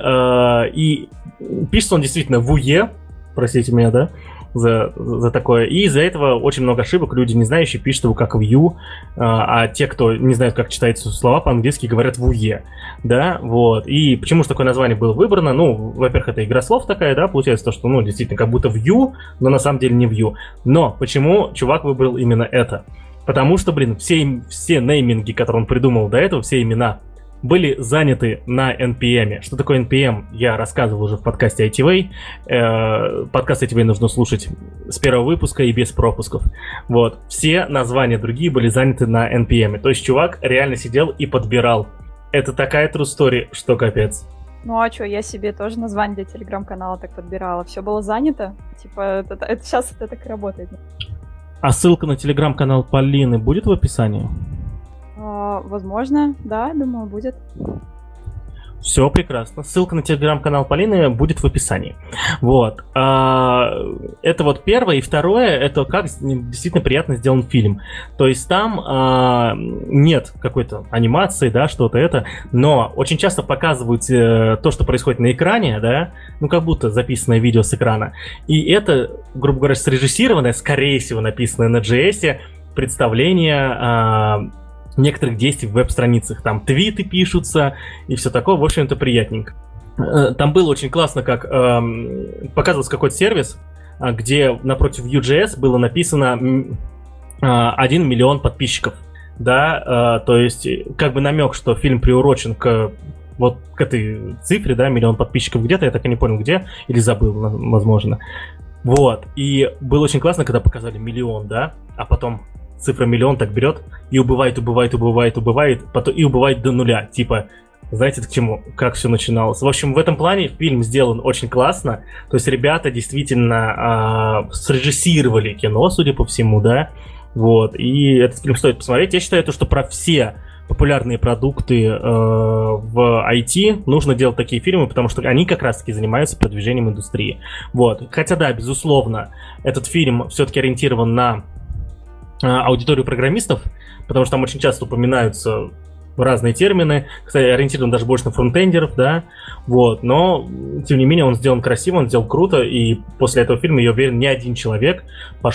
и пишется он действительно Vue, простите меня, да, за такое. И из-за этого очень много ошибок. Люди, не знающие, пишут его как Vue, а те, кто не знают, как читаются слова по-английски, говорят Vue. Да, вот. И почему же такое название было выбрано? Ну, во-первых, это игра слов такая, да, получается, то, что, ну, действительно, как будто Vue, но на самом деле не Vue. Но почему чувак выбрал именно это? Потому что, блин, все нейминги, которые он придумал до этого, все имена, были заняты на NPM. Что такое NPM, я рассказывал уже в подкасте ITV. Подкаст ITV нужно слушать с первого выпуска и без пропусков. Вот. Все названия другие были заняты на NPM. То есть чувак реально сидел и подбирал. Это такая true story, что капец. Ну а что, я себе тоже название для телеграм-канала так подбирала. Все было занято. Типа, это сейчас это так и работает. А ссылка на телеграм-канал Полины будет в описании? Возможно, да, думаю, будет. Все прекрасно. Ссылка на телеграм-канал Полины будет в описании. Вот. Это вот первое. И второе, это как действительно приятно сделан фильм. То есть там нет какой-то анимации, да, что-то это, но очень часто показывают то, что происходит на экране, да, ну как будто записанное видео с экрана. И это, грубо говоря, срежиссированное, скорее всего, написанное на JS, представление некоторых действий в веб-страницах. Там твиты пишутся и все такое. В общем, это приятненько. Там было очень классно, как показывался какой-то сервис, где напротив Vue.js было написано 1 миллион подписчиков. Да, то есть как бы намек, что фильм приурочен к вот к этой цифре, да, миллион подписчиков где-то, я так и не понял где, или забыл, возможно. Вот, и было очень классно, когда показали миллион, да, а потом цифра миллион так берет и убывает, потом и убывает до нуля. Типа, знаете, к чему, как все начиналось. В общем, в этом плане фильм сделан очень классно. То есть ребята действительно срежиссировали кино, судя по всему, да. Вот, и этот фильм стоит посмотреть. Я считаю, что про все популярные продукты в IT нужно делать такие фильмы, потому что они как раз-таки занимаются продвижением индустрии. Вот. Хотя, да, безусловно, этот фильм все-таки ориентирован на аудиторию программистов, потому что там очень часто упоминаются разные термины, кстати, ориентирован даже больше на фронтендеров, да, вот, но, тем не менее, он сделан красиво, он сделан круто, и после этого фильма, я уверен, ни один человек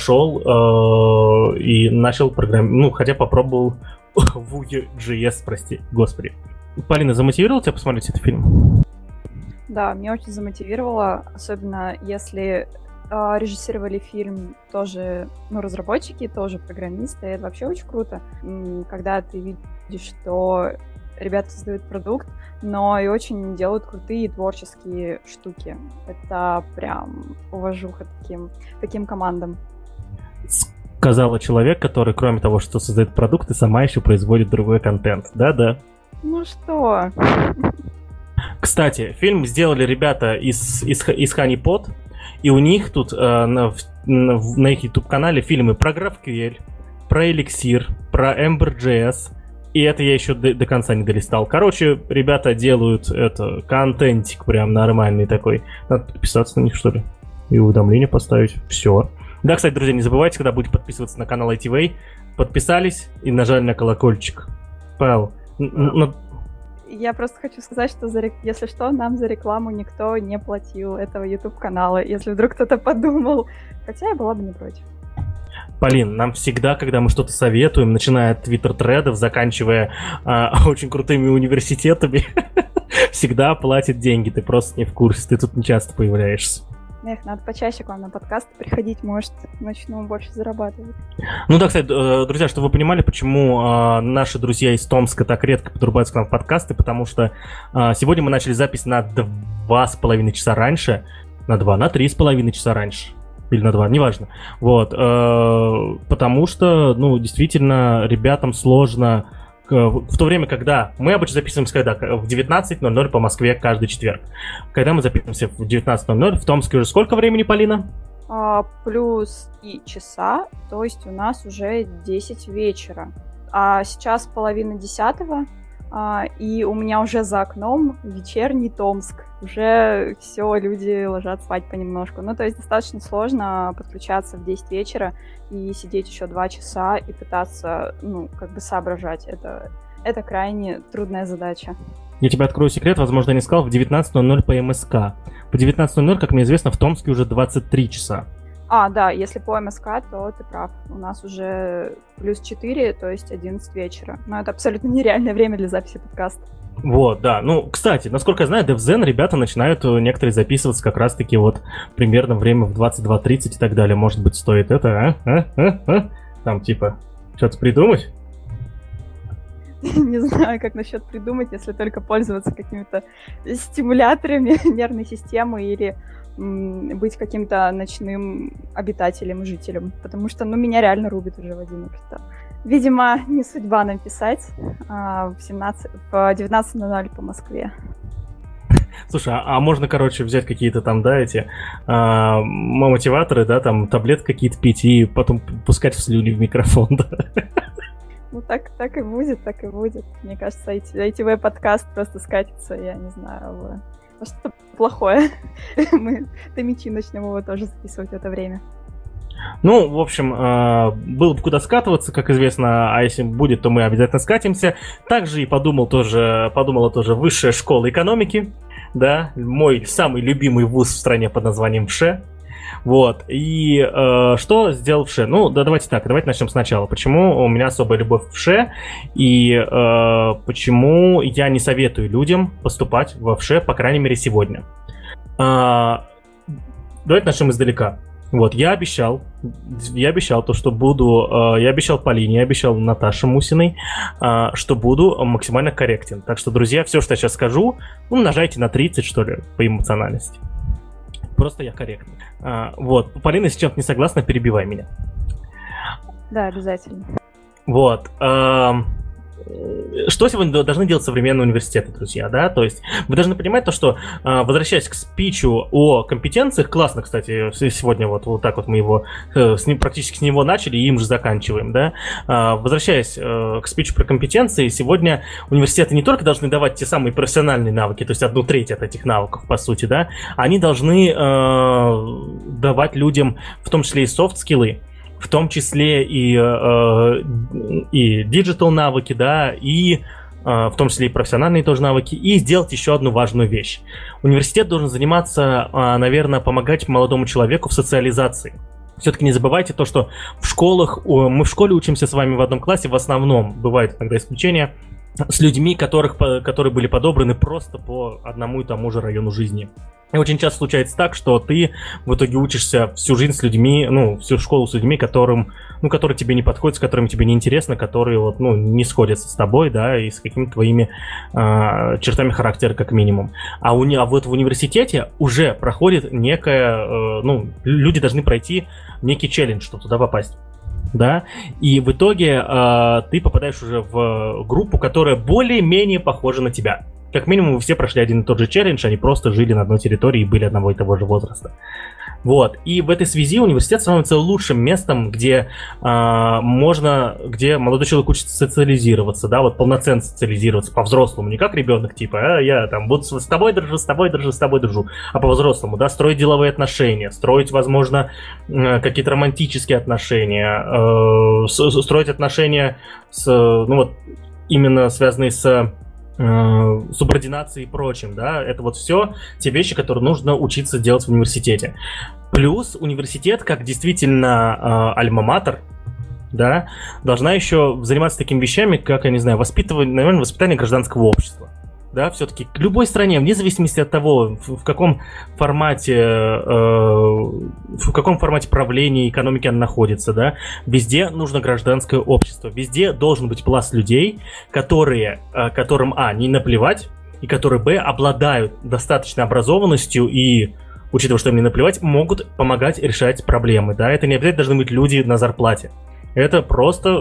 пошел и начал программировать, ну, хотя попробовал Vue.js, прости, господи. Полина, замотивировала тебя посмотреть этот фильм? Да, меня очень замотивировало, особенно если режиссировали фильм тоже, ну, разработчики, тоже программисты. Это вообще очень круто, когда ты видишь, что ребята создают продукт, но и очень делают крутые творческие штуки. Это прям уважуха таким командам. Сказала человек, который, кроме того, что создает продукты, сама еще производит другой контент. Да-да. Ну что? Кстати, фильм сделали ребята из HoneyPot, и у них тут на их YouTube-канале фильмы про GraphQL, про Elixir, про Ember.js, и это я еще до конца не долистал. Короче, ребята делают это контентик прям нормальный такой. Надо подписаться на них, что ли, и уведомления поставить. Все. Да, кстати, друзья, не забывайте, когда будете подписываться на канал ITV, подписались и нажали на колокольчик. Павел, я просто хочу сказать, что если что, нам за рекламу никто не платил этого YouTube-канала, если вдруг кто-то подумал. Хотя я была бы не против. Полин, нам всегда, когда мы что-то советуем, начиная от твиттер-тредов, заканчивая очень крутыми университетами, всегда платят деньги. Ты просто не в курсе, ты тут не часто появляешься. Эх, надо почаще к вам на подкаст приходить, может, начну больше зарабатывать. Ну да, кстати, друзья, чтобы вы понимали, почему наши друзья из Томска так редко подрубаются к нам в подкасты, потому что сегодня мы начали запись на 2,5 часа раньше, на 3,5 часа раньше. Или на 2, неважно. Вот. Потому что, действительно, ребятам сложно в то время, когда мы обычно записываемся в 19:00 по Москве каждый четверг. Когда мы записываемся в 19:00, в Томске уже сколько времени, Полина? Плюс 3 часа, то есть у нас уже 10 вечера. А сейчас 9:30, и у меня уже за окном вечерний Томск. Уже все, люди ложат спать понемножку. То есть достаточно сложно подключаться в 10 вечера и сидеть еще 2 часа и пытаться, соображать. Это крайне трудная задача. Я тебе открою секрет, возможно, я не сказал, в 19:00 по МСК. По 19:00, как мне известно, в Томске уже 23 часа. Да, если по МСК, то ты прав. У нас уже плюс 4, то есть 11 вечера. Но это абсолютно нереальное время для записи подкаста. Вот, да. Кстати, насколько я знаю, DevZen ребята начинают некоторые записываться как раз-таки примерно время в 22:30 и так далее. Может быть, стоит это, Там, что-то придумать? Не знаю, как насчет придумать, если только пользоваться какими-то стимуляторами нервной системы или быть каким-то ночным обитателем, жителем. Потому что, меня реально рубит уже в 11. Видимо, не судьба нам писать в 19:00 по Москве. Слушай, а можно, взять какие-то там, мотиваторы, там таблетки какие-то пить и потом пускать в слюни в микрофон, да? Так и будет, так и будет. Мне кажется, ITV-подкаст просто скатится, я не знаю, во что-то плохое. Мы томичи начнем его тоже записывать в это время. В общем, было бы куда скатываться, как известно, а если будет, то мы обязательно скатимся. Также и подумала тоже Высшая школа экономики, да, мой самый любимый вуз в стране под названием ВШЭ. Вот, и что сделал ВШЭ? Давайте начнем сначала. Почему у меня особая любовь к ВШЭ, и почему я не советую людям поступать во ВШЭ, по крайней мере, сегодня. Давайте начнем издалека. Вот, я обещал то, что буду, я обещал Полине, я обещал Наташе Мусиной, что буду максимально корректен. Так что, друзья, все, что я сейчас скажу, умножайте на 30, что ли, по эмоциональности. Просто я корректный. Вот, Полина, если чем-то не согласна, перебивай меня. Да, обязательно. Вот. Что сегодня должны делать современные университеты, друзья, да? То есть вы должны понимать то, что, возвращаясь к спичу о компетенциях, классно, кстати, сегодня вот так мы его, практически с него начали и им же заканчиваем, да? Возвращаясь к спичу про компетенции, сегодня университеты не только должны давать те самые профессиональные навыки, то есть 1/3 от этих навыков, по сути, да? Они должны давать людям, в том числе и софт-скиллы, в том числе и диджитал навыки, да, и в том числе и профессиональные тоже навыки, и сделать еще одну важную вещь. Университет должен заниматься, наверное, помогать молодому человеку в социализации. Все-таки не забывайте то, что в школах, мы в школе учимся с вами в одном классе, в основном, бывают иногда исключения, с людьми, которые были подобраны просто по одному и тому же району жизни. И очень часто случается так, что ты в итоге учишься всю жизнь с людьми, всю школу с людьми, которые тебе не подходят, с которыми тебе не интересно, которые не сходятся с тобой, да, и с какими-то твоими чертами характера как минимум. А вот в университете уже проходит некая, люди должны пройти некий челлендж, чтобы туда попасть. да, и в итоге ты попадаешь уже в группу, которая более-менее похожа на тебя. Как минимум, вы все прошли один и тот же челлендж, они просто жили на одной территории и были одного и того же возраста. Вот. И в этой связи университет становится лучшим местом, где где молодой человек учится социализироваться, да, вот полноценно социализироваться по-взрослому, не как ребенок, типа, я там буду с тобой дружу, с тобой дружу, а по-взрослому, да, строить деловые отношения, строить, возможно, какие-то романтические отношения, строить отношения именно связанные с субординации и прочим, да, это вот все те вещи, которые нужно учиться делать в университете. Плюс университет, как действительно альма-матер, да, должна еще заниматься такими вещами, как, я не знаю, воспитание гражданского общества. Да, все-таки к любой стране, вне зависимости от того, в каком формате правления, экономики она находится, да, везде нужно гражданское общество, везде должен быть пласт людей, которым, не наплевать, и которые, обладают достаточной образованностью и, учитывая, что им не наплевать, могут помогать решать проблемы, да, это не обязательно должны быть люди на зарплате, это просто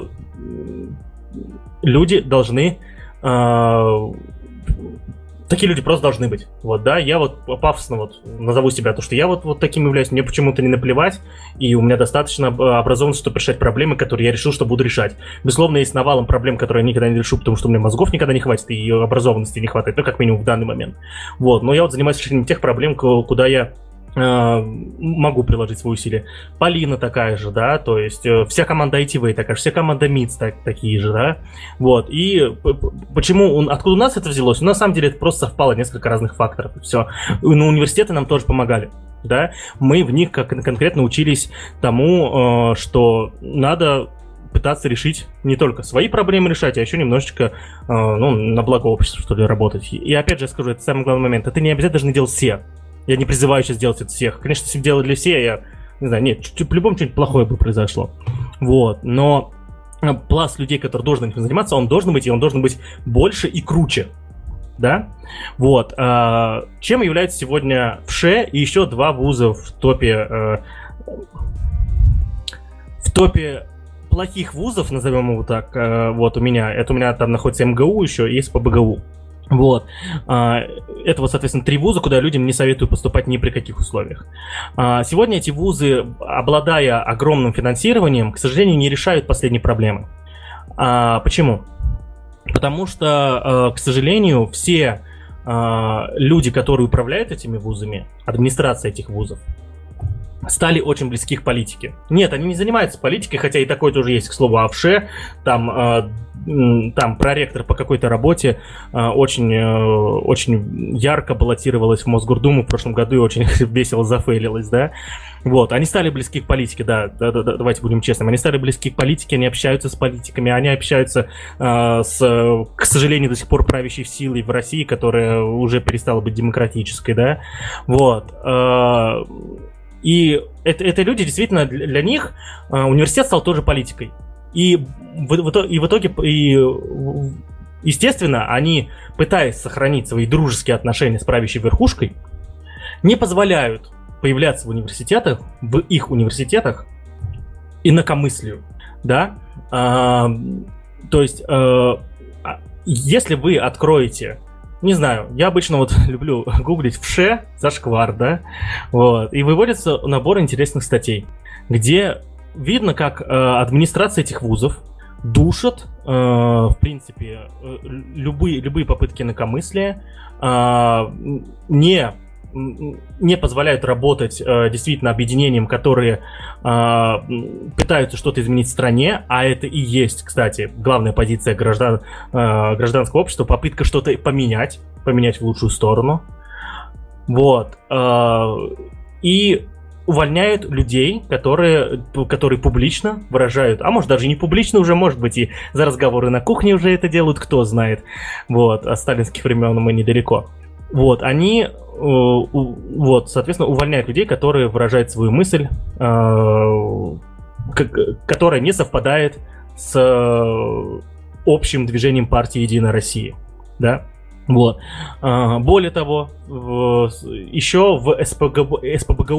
люди должны... Такие люди просто должны быть. Вот, да, я вот пафосно назову себя, то, что я вот таким являюсь, мне почему-то не наплевать, и у меня достаточно образованности, чтобы решать проблемы, которые я решил, что буду решать. Безусловно, есть навалом проблем, которые я никогда не решу, потому что у меня мозгов никогда не хватит, и образованности не хватает, как минимум в данный момент. Вот, но я вот занимаюсь решением тех проблем, куда я могу приложить свои усилия. Полина такая же, да, то есть вся команда ITV такая же, вся команда МИЦ такие же, да, вот, и откуда у нас это взялось? На самом деле это просто совпало несколько разных факторов, и все. Но университеты нам тоже помогали, да, мы в них конкретно учились тому, что надо пытаться решить не только свои проблемы решать, а еще немножечко, на благо общества, что ли, работать. И опять же я скажу, это самый главный момент, это не обязательно должны делать все. Я не призываю сейчас делать это всех. Конечно, если бы делали все, я не знаю, нет, по-любому что-нибудь плохое бы произошло. Вот, но пласт людей, который должен этим заниматься, он должен быть, и он должен быть больше и круче. Да? Вот. Чем является сегодня ВШЭ и еще два вуза в топе плохих вузов, назовем его так. Вот у меня там находится МГУ еще, и есть ПБГУ. Вот. Это вот, соответственно, три вуза, куда людям не советую поступать ни при каких условиях. Сегодня эти вузы, обладая огромным финансированием, к сожалению, не решают последние проблемы. Почему? Потому что, к сожалению, все люди, которые управляют этими вузами, администрация этих вузов, стали очень близки к политике. Нет, они не занимаются политикой, хотя и такое тоже есть, к слову, о ВШЭ. Там проректор по какой-то работе очень ярко баллотировалась в Мосгордуму в прошлом году и очень весело зафейлилась, да. Вот, они стали близки к политике, да, давайте будем честными. Они стали близки к политике, они общаются с политиками, они общаются к сожалению, до сих пор правящей силой в России, которая уже перестала быть демократической, да. Вот. И это люди, действительно, для них университет стал тоже политикой. И в итоге, естественно, они, пытаясь сохранить свои дружеские отношения с правящей верхушкой, не позволяют появляться в их университетах инакомыслию, да? То есть, если вы откроете... Не знаю, я обычно люблю гуглить ВШЭ, зашквар, да, вот, и выводится набор интересных статей, где видно, как администрация этих вузов душат, в принципе, любые попытки инакомыслия, не позволяют работать действительно объединениям, которые пытаются что-то изменить в стране, а это и есть, кстати, главная позиция гражданского общества, попытка что-то поменять в лучшую сторону. Вот. И увольняют людей, которые публично выражают, а может даже не публично уже, может быть и за разговоры на кухне уже это делают, кто знает. Вот, от сталинских времен мы недалеко. Вот, они, соответственно, увольняют людей, которые выражают свою мысль, которая не совпадает с общим движением партии «Единая Россия», да? Вот. Более того, еще в СПБГУ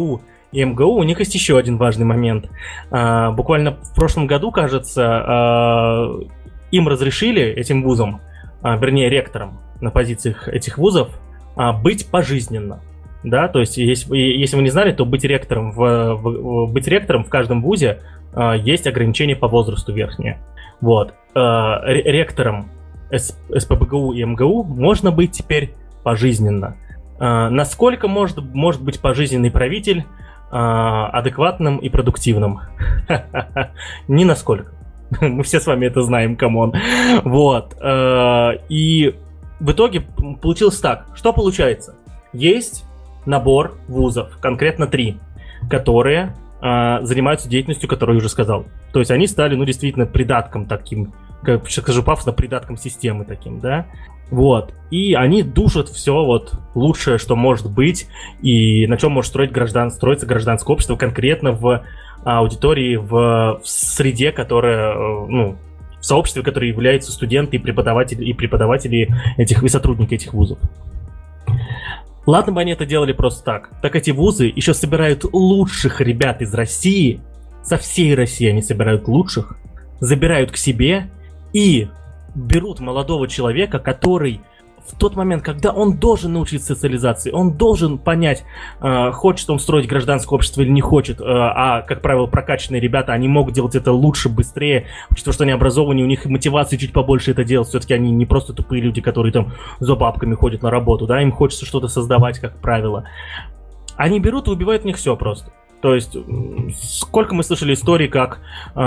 и МГУ, у них есть еще один важный момент. Буквально в прошлом году, кажется, им разрешили, этим вузам, вернее, ректорам на позициях этих вузов, быть пожизненно. Да, то есть, если вы не знали, то быть ректором в каждом вузе есть ограничение по возрасту верхнее. Вот. Ректором СПбГУ и МГУ можно быть теперь пожизненно. Насколько может быть пожизненный правитель адекватным и продуктивным? Ни насколько. Мы все с вами это знаем, камон. Вот. И в итоге получилось так. Что получается? Есть набор вузов, конкретно 3, которые занимаются деятельностью, которую я уже сказал. То есть они стали, действительно, придатком таким, как скажу пафосно, придатком системы таким, да? Вот. И они душат все вот лучшее, что может быть, и на чем может строиться гражданское общество, конкретно в аудитории, в среде, которая, в сообществе, которое являются студенты и преподаватели этих, и сотрудники этих вузов. Ладно бы они это делали просто так эти вузы еще собирают лучших ребят из России, со всей России они собирают лучших, забирают к себе и берут молодого человека, который в тот момент, когда он должен научиться социализации, он должен понять, хочет он строить гражданское общество или не хочет, а, как правило, прокачанные ребята, они могут делать это лучше, быстрее, учитывая, что они образованные, у них мотивации чуть побольше это делать, все-таки они не просто тупые люди, которые там за бабками ходят на работу, да, им хочется что-то создавать, как правило. Они берут и убивают в них все просто. То есть, сколько мы слышали историй, как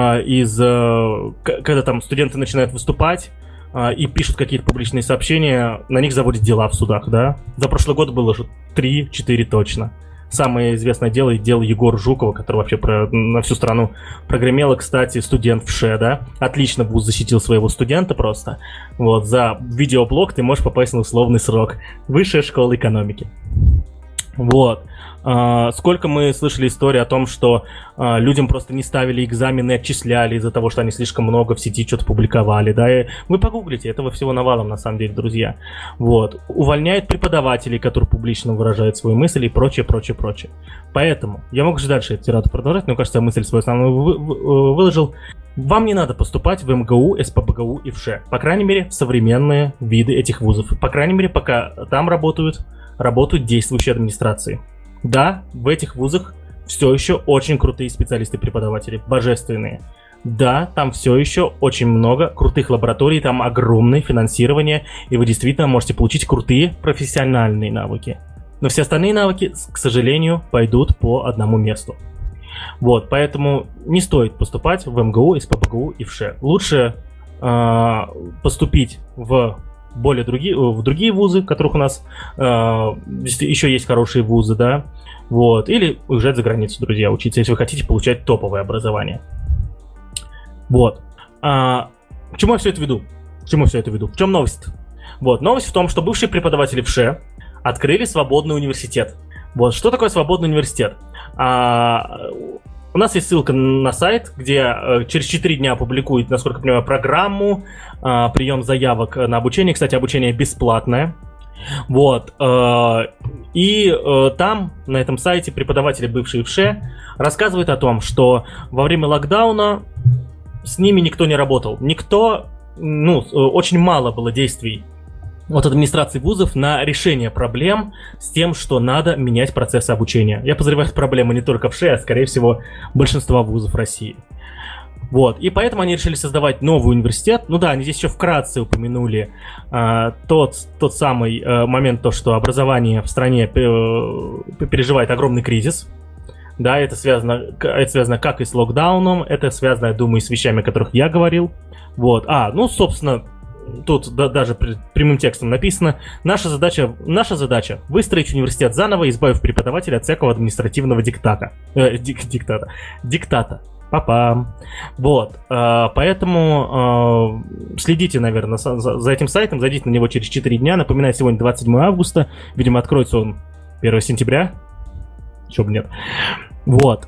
когда там студенты начинают выступать, и пишут какие-то публичные сообщения, на них заводят дела в судах, да? За прошлый год было же 3-4 точно. Самое известное дело Егора Жукова, который вообще на всю страну прогремело, кстати, студент в ШЭ, да? Отлично вуз защитил своего студента просто. Вот, за видеоблог ты можешь попасть на условный срок. Высшая школа экономики. Вот. Сколько мы слышали истории о том, что людям просто не ставили экзамены, отчисляли из-за того, что они слишком много в сети что-то публиковали, да, и вы погуглите, этого всего навалом, на самом деле, друзья. Вот. Увольняют преподавателей, которые публично выражают свои мысли и прочее. Поэтому, я могу же дальше эту тираду продолжать, но, кажется, я мысль свою основную выложил. Вам не надо поступать в МГУ, СПбГУ и в ШЭ, по крайней мере, в современные виды этих вузов, по крайней мере, пока там работают действующие администрации. Да, в этих вузах все еще очень крутые специалисты-преподаватели, божественные. Да, там все еще очень много крутых лабораторий, там огромное финансирование, и вы действительно можете получить крутые профессиональные навыки. Но все остальные навыки, к сожалению, пойдут по одному месту. Вот, поэтому не стоит поступать в МГУ, СПбГУ и в ШЭ. Лучше поступить в другие вузы, в которых у нас еще есть хорошие вузы, да, вот, или уезжать за границу, друзья, учиться, если вы хотите получать топовое образование. Вот. К чему я все это веду? В чем новость? Вот, новость в том, что бывшие преподаватели в ШЭ открыли свободный университет. Вот, что такое свободный университет? У нас есть ссылка на сайт, где через 4 дня опубликуют, насколько я понимаю, программу, прием заявок на обучение. Кстати, обучение бесплатное. Вот. И там, на этом сайте, преподаватели, бывшие в ШЭ, рассказывают о том, что во время локдауна с ними никто не работал. Очень мало было действий от администрации вузов на решение проблем с тем, что надо менять процессы обучения. Я подозреваю, что проблема не только в ШЭ, а, скорее всего, большинства вузов России. Вот, и поэтому они решили создавать новый университет. Ну да, они здесь еще вкратце упомянули тот самый момент, то, что образование в стране переживает огромный кризис. Да, это связано как и с локдауном, это связано, я думаю, с вещами, о которых я говорил. Вот, собственно, тут даже прямым текстом написано: наша задача выстроить университет заново, избавив преподавателя от всякого административного диктата. Папа. Вот. Поэтому следите, наверное, за этим сайтом, зайдите на него через 4 дня. Напоминаю, сегодня 27 августа. Видимо, откроется он 1 сентября. Чего бы нет. Вот.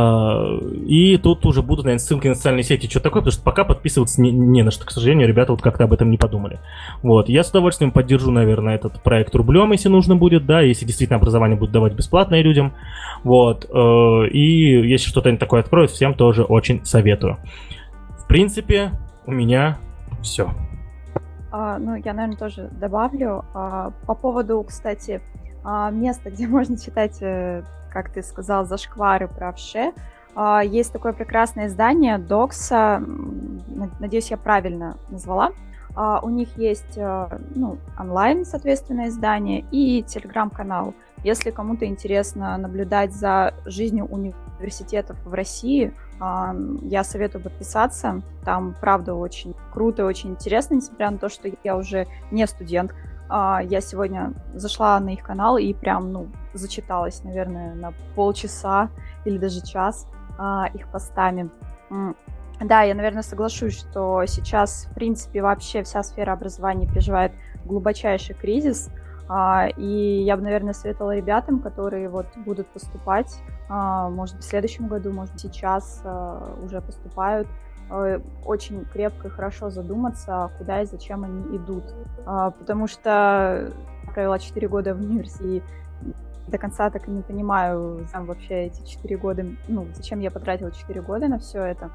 И тут уже будут, наверное, ссылки на социальные сети, что такое, потому что пока подписываться не на что, к сожалению, ребята вот как-то об этом не подумали. Вот. Я с удовольствием поддержу, наверное, этот проект рублем, если нужно будет, да, если действительно образование будут давать бесплатное людям. Вот. И если что-то такое откроют, всем тоже очень советую. В принципе, у меня все. Ну, я, наверное, тоже добавлю. По поводу, кстати, места, где можно читать, как ты сказал, зашквары про вше. Есть такое прекрасное издание Докса, надеюсь, я правильно назвала. У них есть онлайн, соответственно, издание и телеграм-канал. Если кому-то интересно наблюдать за жизнью университетов в России, я советую подписаться. Там, правда, очень круто и очень интересно, несмотря на то, что я уже не студент. Я сегодня зашла на их канал и прям, зачиталась, наверное, на полчаса или даже час их постами. Да, я, наверное, соглашусь, что сейчас, в принципе, вообще вся сфера образования переживает глубочайший кризис. И я бы, наверное, советовала ребятам, которые вот будут поступать, может быть, в следующем году, может быть, сейчас уже поступают, очень крепко и хорошо задуматься, куда и зачем они идут. Потому что я провела 4 года в университете, до конца так и не понимаю, сам вообще эти 4 года, зачем я потратила 4 года на все это.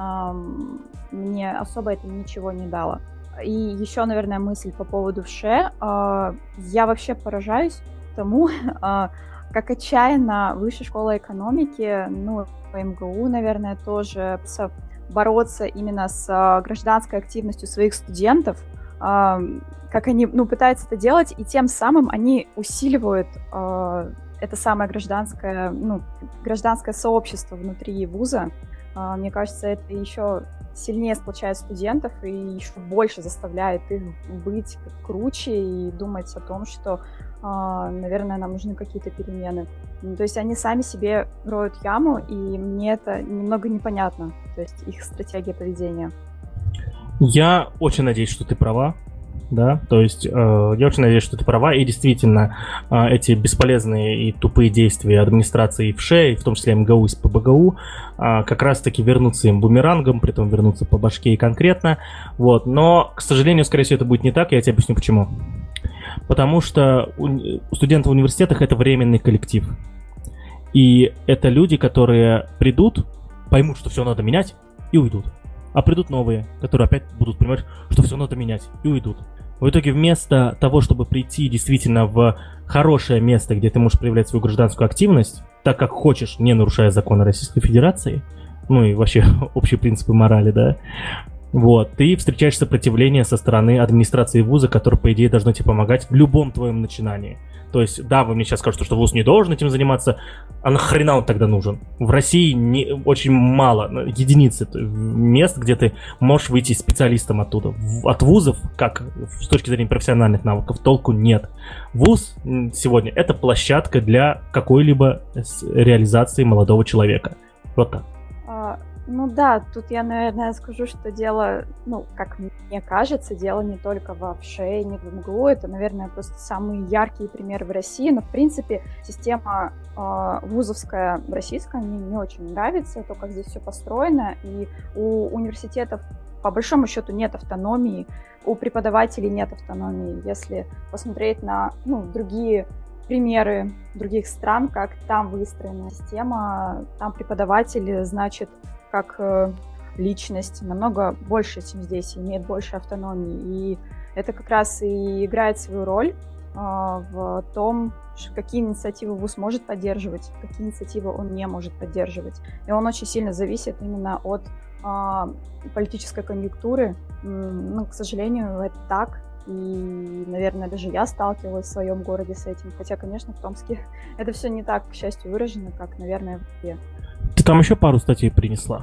Мне особо это ничего не дало. И еще, наверное, мысль по поводу вше. Я вообще поражаюсь тому, как отчаянно Высшая школа экономики, МГУ, наверное, тоже бороться именно с гражданской активностью своих студентов, как они пытаются это делать, и тем самым они усиливают это самое гражданское сообщество внутри вуза. Мне кажется, это еще сильнее сплочает студентов и еще больше заставляет их быть круче и думать о том, что, наверное, нам нужны какие-то перемены. То есть они сами себе роют яму, и мне это немного непонятно, то есть их стратегия поведения. Я очень надеюсь, что ты права. Да, то есть я очень надеюсь, что ты права, и действительно эти бесполезные и тупые действия администрации ВШЭ, и в том числе МГУ и ПБГУ, как раз-таки вернутся им бумерангом, притом вернутся по башке и конкретно, вот, но, к сожалению, скорее всего, это будет не так, я тебе объясню почему. Потому что студенты в университетах — это временный коллектив, и это люди, которые придут, поймут, что все надо менять, и уйдут. А придут новые, которые опять будут понимать, что все надо менять, и уйдут. В итоге вместо того, чтобы прийти действительно в хорошее место, где ты можешь проявлять свою гражданскую активность, так как хочешь, не нарушая законы Российской Федерации, и вообще общие принципы морали, да, вот, ты встречаешь сопротивление со стороны администрации вуза, которая, по идее, должна тебе помогать в любом твоем начинании. То есть, да, вы мне сейчас скажете, что вуз не должен этим заниматься, а нахрена он тогда нужен? В России очень мало, единицы мест, где ты можешь выйти специалистом оттуда. От вузов, как с точки зрения профессиональных навыков, толку нет. Вуз сегодня — это площадка для какой-либо реализации молодого человека. Вот так. Да, тут я, наверное, скажу, что дело, как мне кажется, дело не только во ВШЭ, не в МГУ, это, наверное, просто самые яркие примеры в России, но, в принципе, система вузовская российская мне не очень нравится, то, как здесь все построено, и у университетов, по большому счету, нет автономии, у преподавателей нет автономии. Если посмотреть на, другие примеры других стран, как там выстроена система, там преподаватель, значит, как личность намного больше, чем здесь, имеет больше автономии. И это как раз и играет свою роль в том, какие инициативы вуз может поддерживать, какие инициативы он не может поддерживать. И он очень сильно зависит именно от политической конъюнктуры. К сожалению, это так. И, наверное, даже я сталкивалась в своем городе с этим. Хотя, конечно, в Томске это все не так, к счастью, выражено, как, наверное, в Москве. Ты там еще пару статей принесла?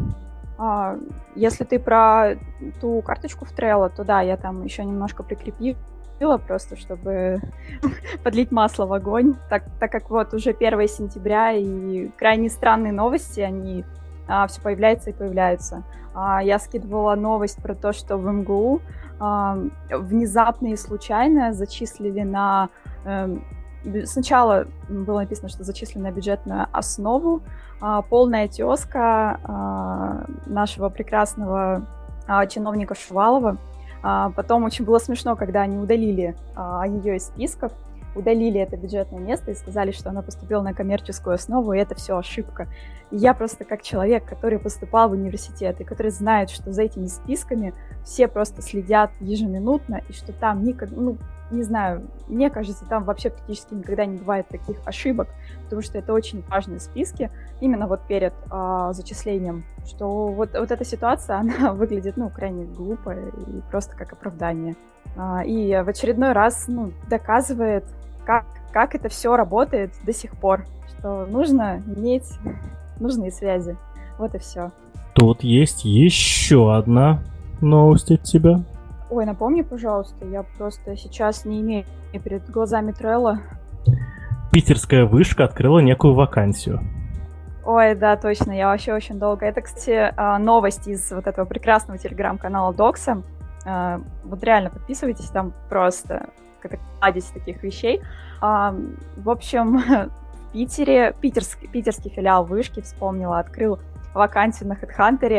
Если ты про ту карточку в Trello, то да, я там еще немножко прикрепила, просто чтобы подлить масло в огонь, так как вот уже 1 сентября и крайне странные новости, они все появляются и появляются. Я скидывала новость про то, что в МГУ внезапно и случайно зачислили на сначала было написано, что зачислено на бюджетную основу, полная тезка нашего прекрасного чиновника Шувалова. Потом очень было смешно, когда они удалили ее из списков, удалили это бюджетное место и сказали, что она поступила на коммерческую основу, и это все ошибка. И я просто как человек, который поступал в университет, и который знает, что за этими списками все просто следят ежеминутно, и что там не знаю, мне кажется, там вообще практически никогда не бывает таких ошибок, потому что это очень важные списки, именно вот перед зачислением, что вот эта ситуация, она выглядит, крайне глупо и просто как оправдание. И в очередной раз, доказывает, как это все работает до сих пор, что нужно иметь нужные связи. Вот и все. Тут есть еще одна новость от тебя. Ой, напомни, пожалуйста, я просто сейчас не имею перед глазами Трелла. Питерская вышка открыла некую вакансию. Ой, да, точно, я вообще очень долго. Это, кстати, новость из вот этого прекрасного телеграм-канала Докса. Вот реально подписывайтесь, там просто кладезь таких вещей. В общем, в Питере, питерский филиал вышки, вспомнила, открыл вакансию на HeadHunter.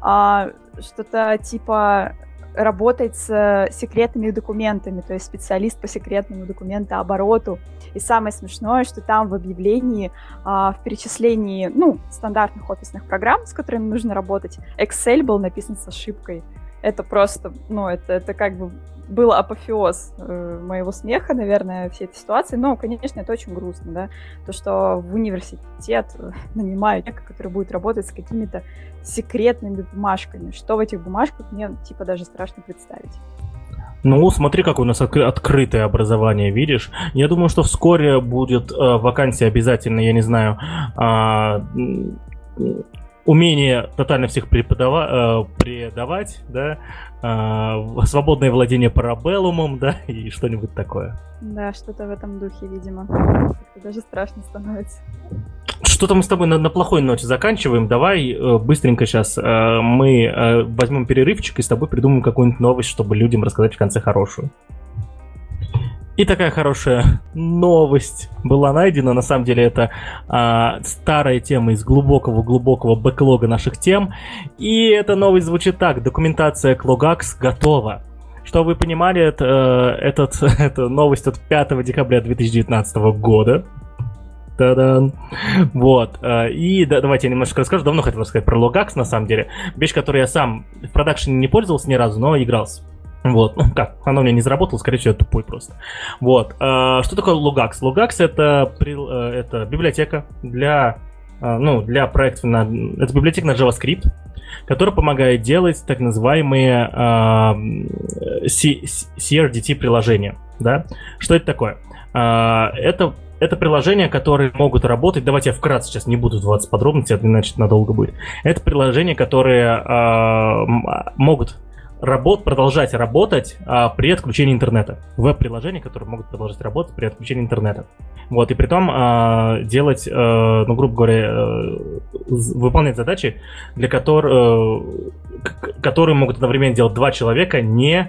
Что-то типа работать с секретными документами, то есть специалист по секретному документообороту. И самое смешное, что там в объявлении, в перечислении, стандартных офисных программ, с которыми нужно работать, Excel был написан с ошибкой. Это просто, это как бы был апофеоз моего смеха, наверное, всей этой ситуации. Но, конечно, это очень грустно, да, то, что в университет нанимают человека, который будет работать с какими-то секретными бумажками. Что в этих бумажках, мне даже страшно представить. Смотри, какое у нас открытое образование, видишь? Я думаю, что вскоре будет вакансия обязательно, я не знаю, умение тотально всех предавать, да, свободное владение парабеллумом, да, и что-нибудь такое. Да, что-то в этом духе, видимо. Как-то даже страшно становится. Что-то мы с тобой на плохой ноте заканчиваем. Давай быстренько сейчас мы возьмем перерывчик и с тобой придумаем какую-нибудь новость, чтобы людям рассказать в конце хорошую. И такая хорошая новость была найдена. На самом деле это старая тема из глубокого бэклога наших тем. И эта новость звучит так. Документация к Логаx готова. Что вы понимали, это новость от 5 декабря 2019 года. Та-дан. Вот. И давайте я немножко расскажу. Давно хотел рассказать про Логаx, на самом деле. Вещь, которой я сам в продакшене не пользовался ни разу, но игрался. Вот, оно у меня не заработало, скорее всего, я тупой просто. Вот, что такое Logix? Logix это библиотека для проектов это библиотека на JavaScript, которая помогает делать так называемые CRDT приложения, да? Что это такое? Это приложения, которые могут работать. Давайте я вкратце сейчас не буду вдаваться в подробности, иначе надолго будет. Это приложения, которые могут продолжать работать при отключении интернета. Веб-приложения, которые могут продолжать работать при отключении интернета. Вот, и при том делать, грубо говоря, выполнять задачи, для которые могут одновременно делать два человека, не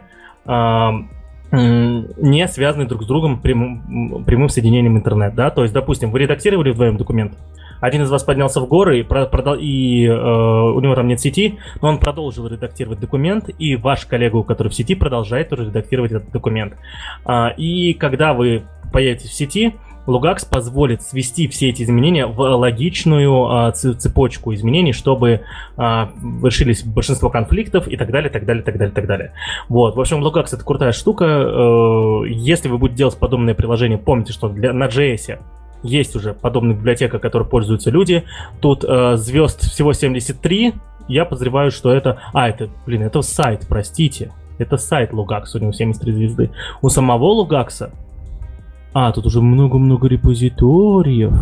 связанные друг с другом прямым соединением интернета. Да? То есть, допустим, вы редактировали вдвоем документ, один из вас поднялся в горы, и у него там нет сети, но он продолжил редактировать документ, и ваш коллега, который в сети, продолжает тоже редактировать этот документ. И когда вы появитесь в сети, Logix позволит свести все эти изменения в логичную цепочку изменений, чтобы решились большинство конфликтов и так далее, так далее, так далее, так далее. Вот, в общем, Logix это крутая штука. Если вы будете делать подобное приложение, помните, что на JS есть уже подобная библиотека, которой пользуются люди. Тут звезд всего 73. Я подозреваю, что это... это сайт, простите. Это сайт Logix, у него 73 звезды. У самого Logix... тут уже много-много репозиториев.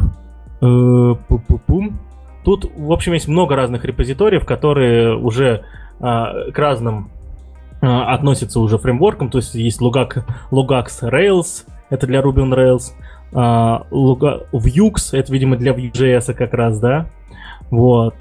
Тут, в общем, есть много разных репозиториев, которые уже к разным относятся уже фреймворкам. То есть Logix Rails, это для Ruby on Rails. Vuex, это, видимо, для Vue.js как раз, да. Вот.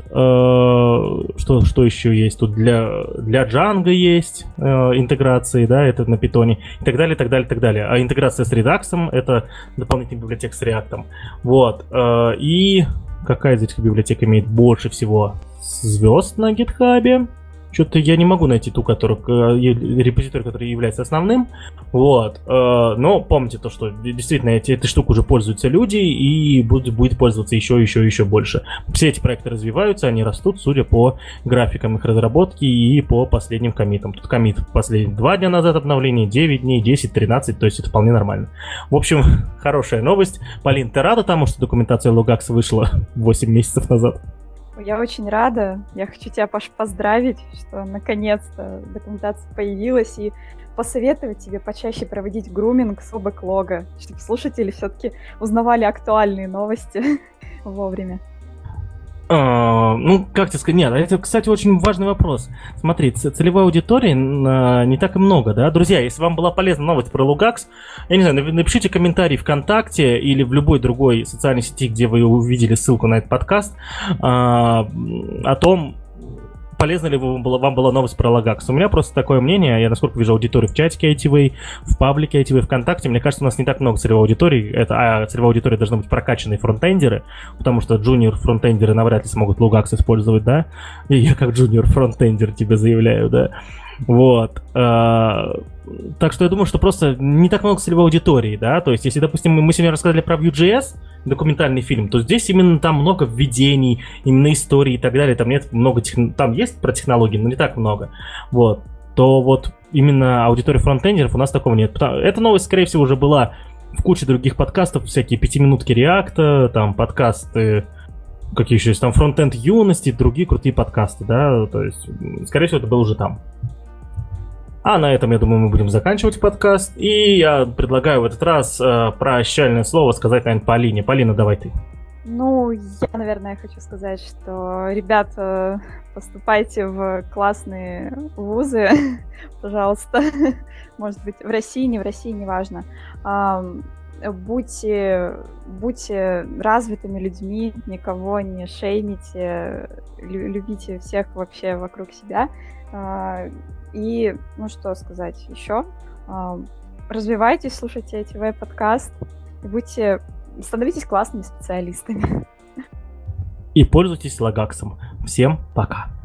Что еще есть? Тут для Django есть интеграции, да, это на питоне, и так далее, так далее, так далее. А интеграция с Redux — это дополнительная библиотека с React. Вот. И какая из этих библиотек имеет больше всего звезд на GitHub? Что-то я не могу найти ту, репозиторий, который является основным. Вот. Но помните то, что действительно этой штукой уже пользуются люди и будет пользоваться еще больше. Все эти проекты развиваются, они растут, судя по графикам их разработки и по последним коммитам. Тут коммит последние 2 дня назад обновление, 9 дней, 10, 13, то есть это вполне нормально. В общем, хорошая новость. Полин, ты рада тому, что документация Logax вышла 8 месяцев назад? Я очень рада. Я хочу тебя, Паш, поздравить, что наконец-то документация появилась, и посоветовать тебе почаще проводить груминг с бэклога, чтобы слушатели все-таки узнавали актуальные новости вовремя. Ну, как тебе сказать, нет, это, кстати, очень важный вопрос. Смотри, целевой аудитории не так и много, да? Друзья, если вам была полезна новость про Logax, я не знаю, напишите комментарий ВКонтакте или в любой другой социальной сети, где вы увидели ссылку на этот подкаст, о том, полезна ли вам была новость про Logax. У меня просто такое мнение, я насколько вижу аудиторию в чатике ITV, в паблике ITV, ВКонтакте, мне кажется, у нас не так много целевой аудитории, целевой аудитории должны быть прокачанные фронтендеры, потому что джуниор-фронтендеры навряд ли смогут Logax использовать, да? И я как джуниор-фронтендер тебе заявляю, да? Вот. Так что я думаю, что просто не так много целевой аудитории, да, то есть если, допустим, мы сегодня рассказали про Vue.js, документальный фильм, то здесь именно там много введений, именно истории и так далее, там нет много, там есть про технологии, но не так много, вот, то вот именно аудитория фронтендеров у нас такого нет. Эта новость, скорее всего, уже была в куче других подкастов, всякие 5-минутки React, там подкасты, какие еще есть, там фронтенд юности, другие крутые подкасты, да, то есть, скорее всего, это было уже там. А на этом, я думаю, мы будем заканчивать подкаст. И я предлагаю в этот раз прощальное слово сказать, наверное, Полине. Полина, давай ты. Ну, я, наверное, хочу сказать, что, ребята, поступайте в классные вузы, пожалуйста. Может быть, в России, не в России, неважно. Будьте развитыми людьми, никого не шеймите, любите всех вообще вокруг себя. И, ну что сказать еще, развивайтесь, слушайте ITV-подкаст и становитесь классными специалистами. И пользуйтесь Logax. Всем пока.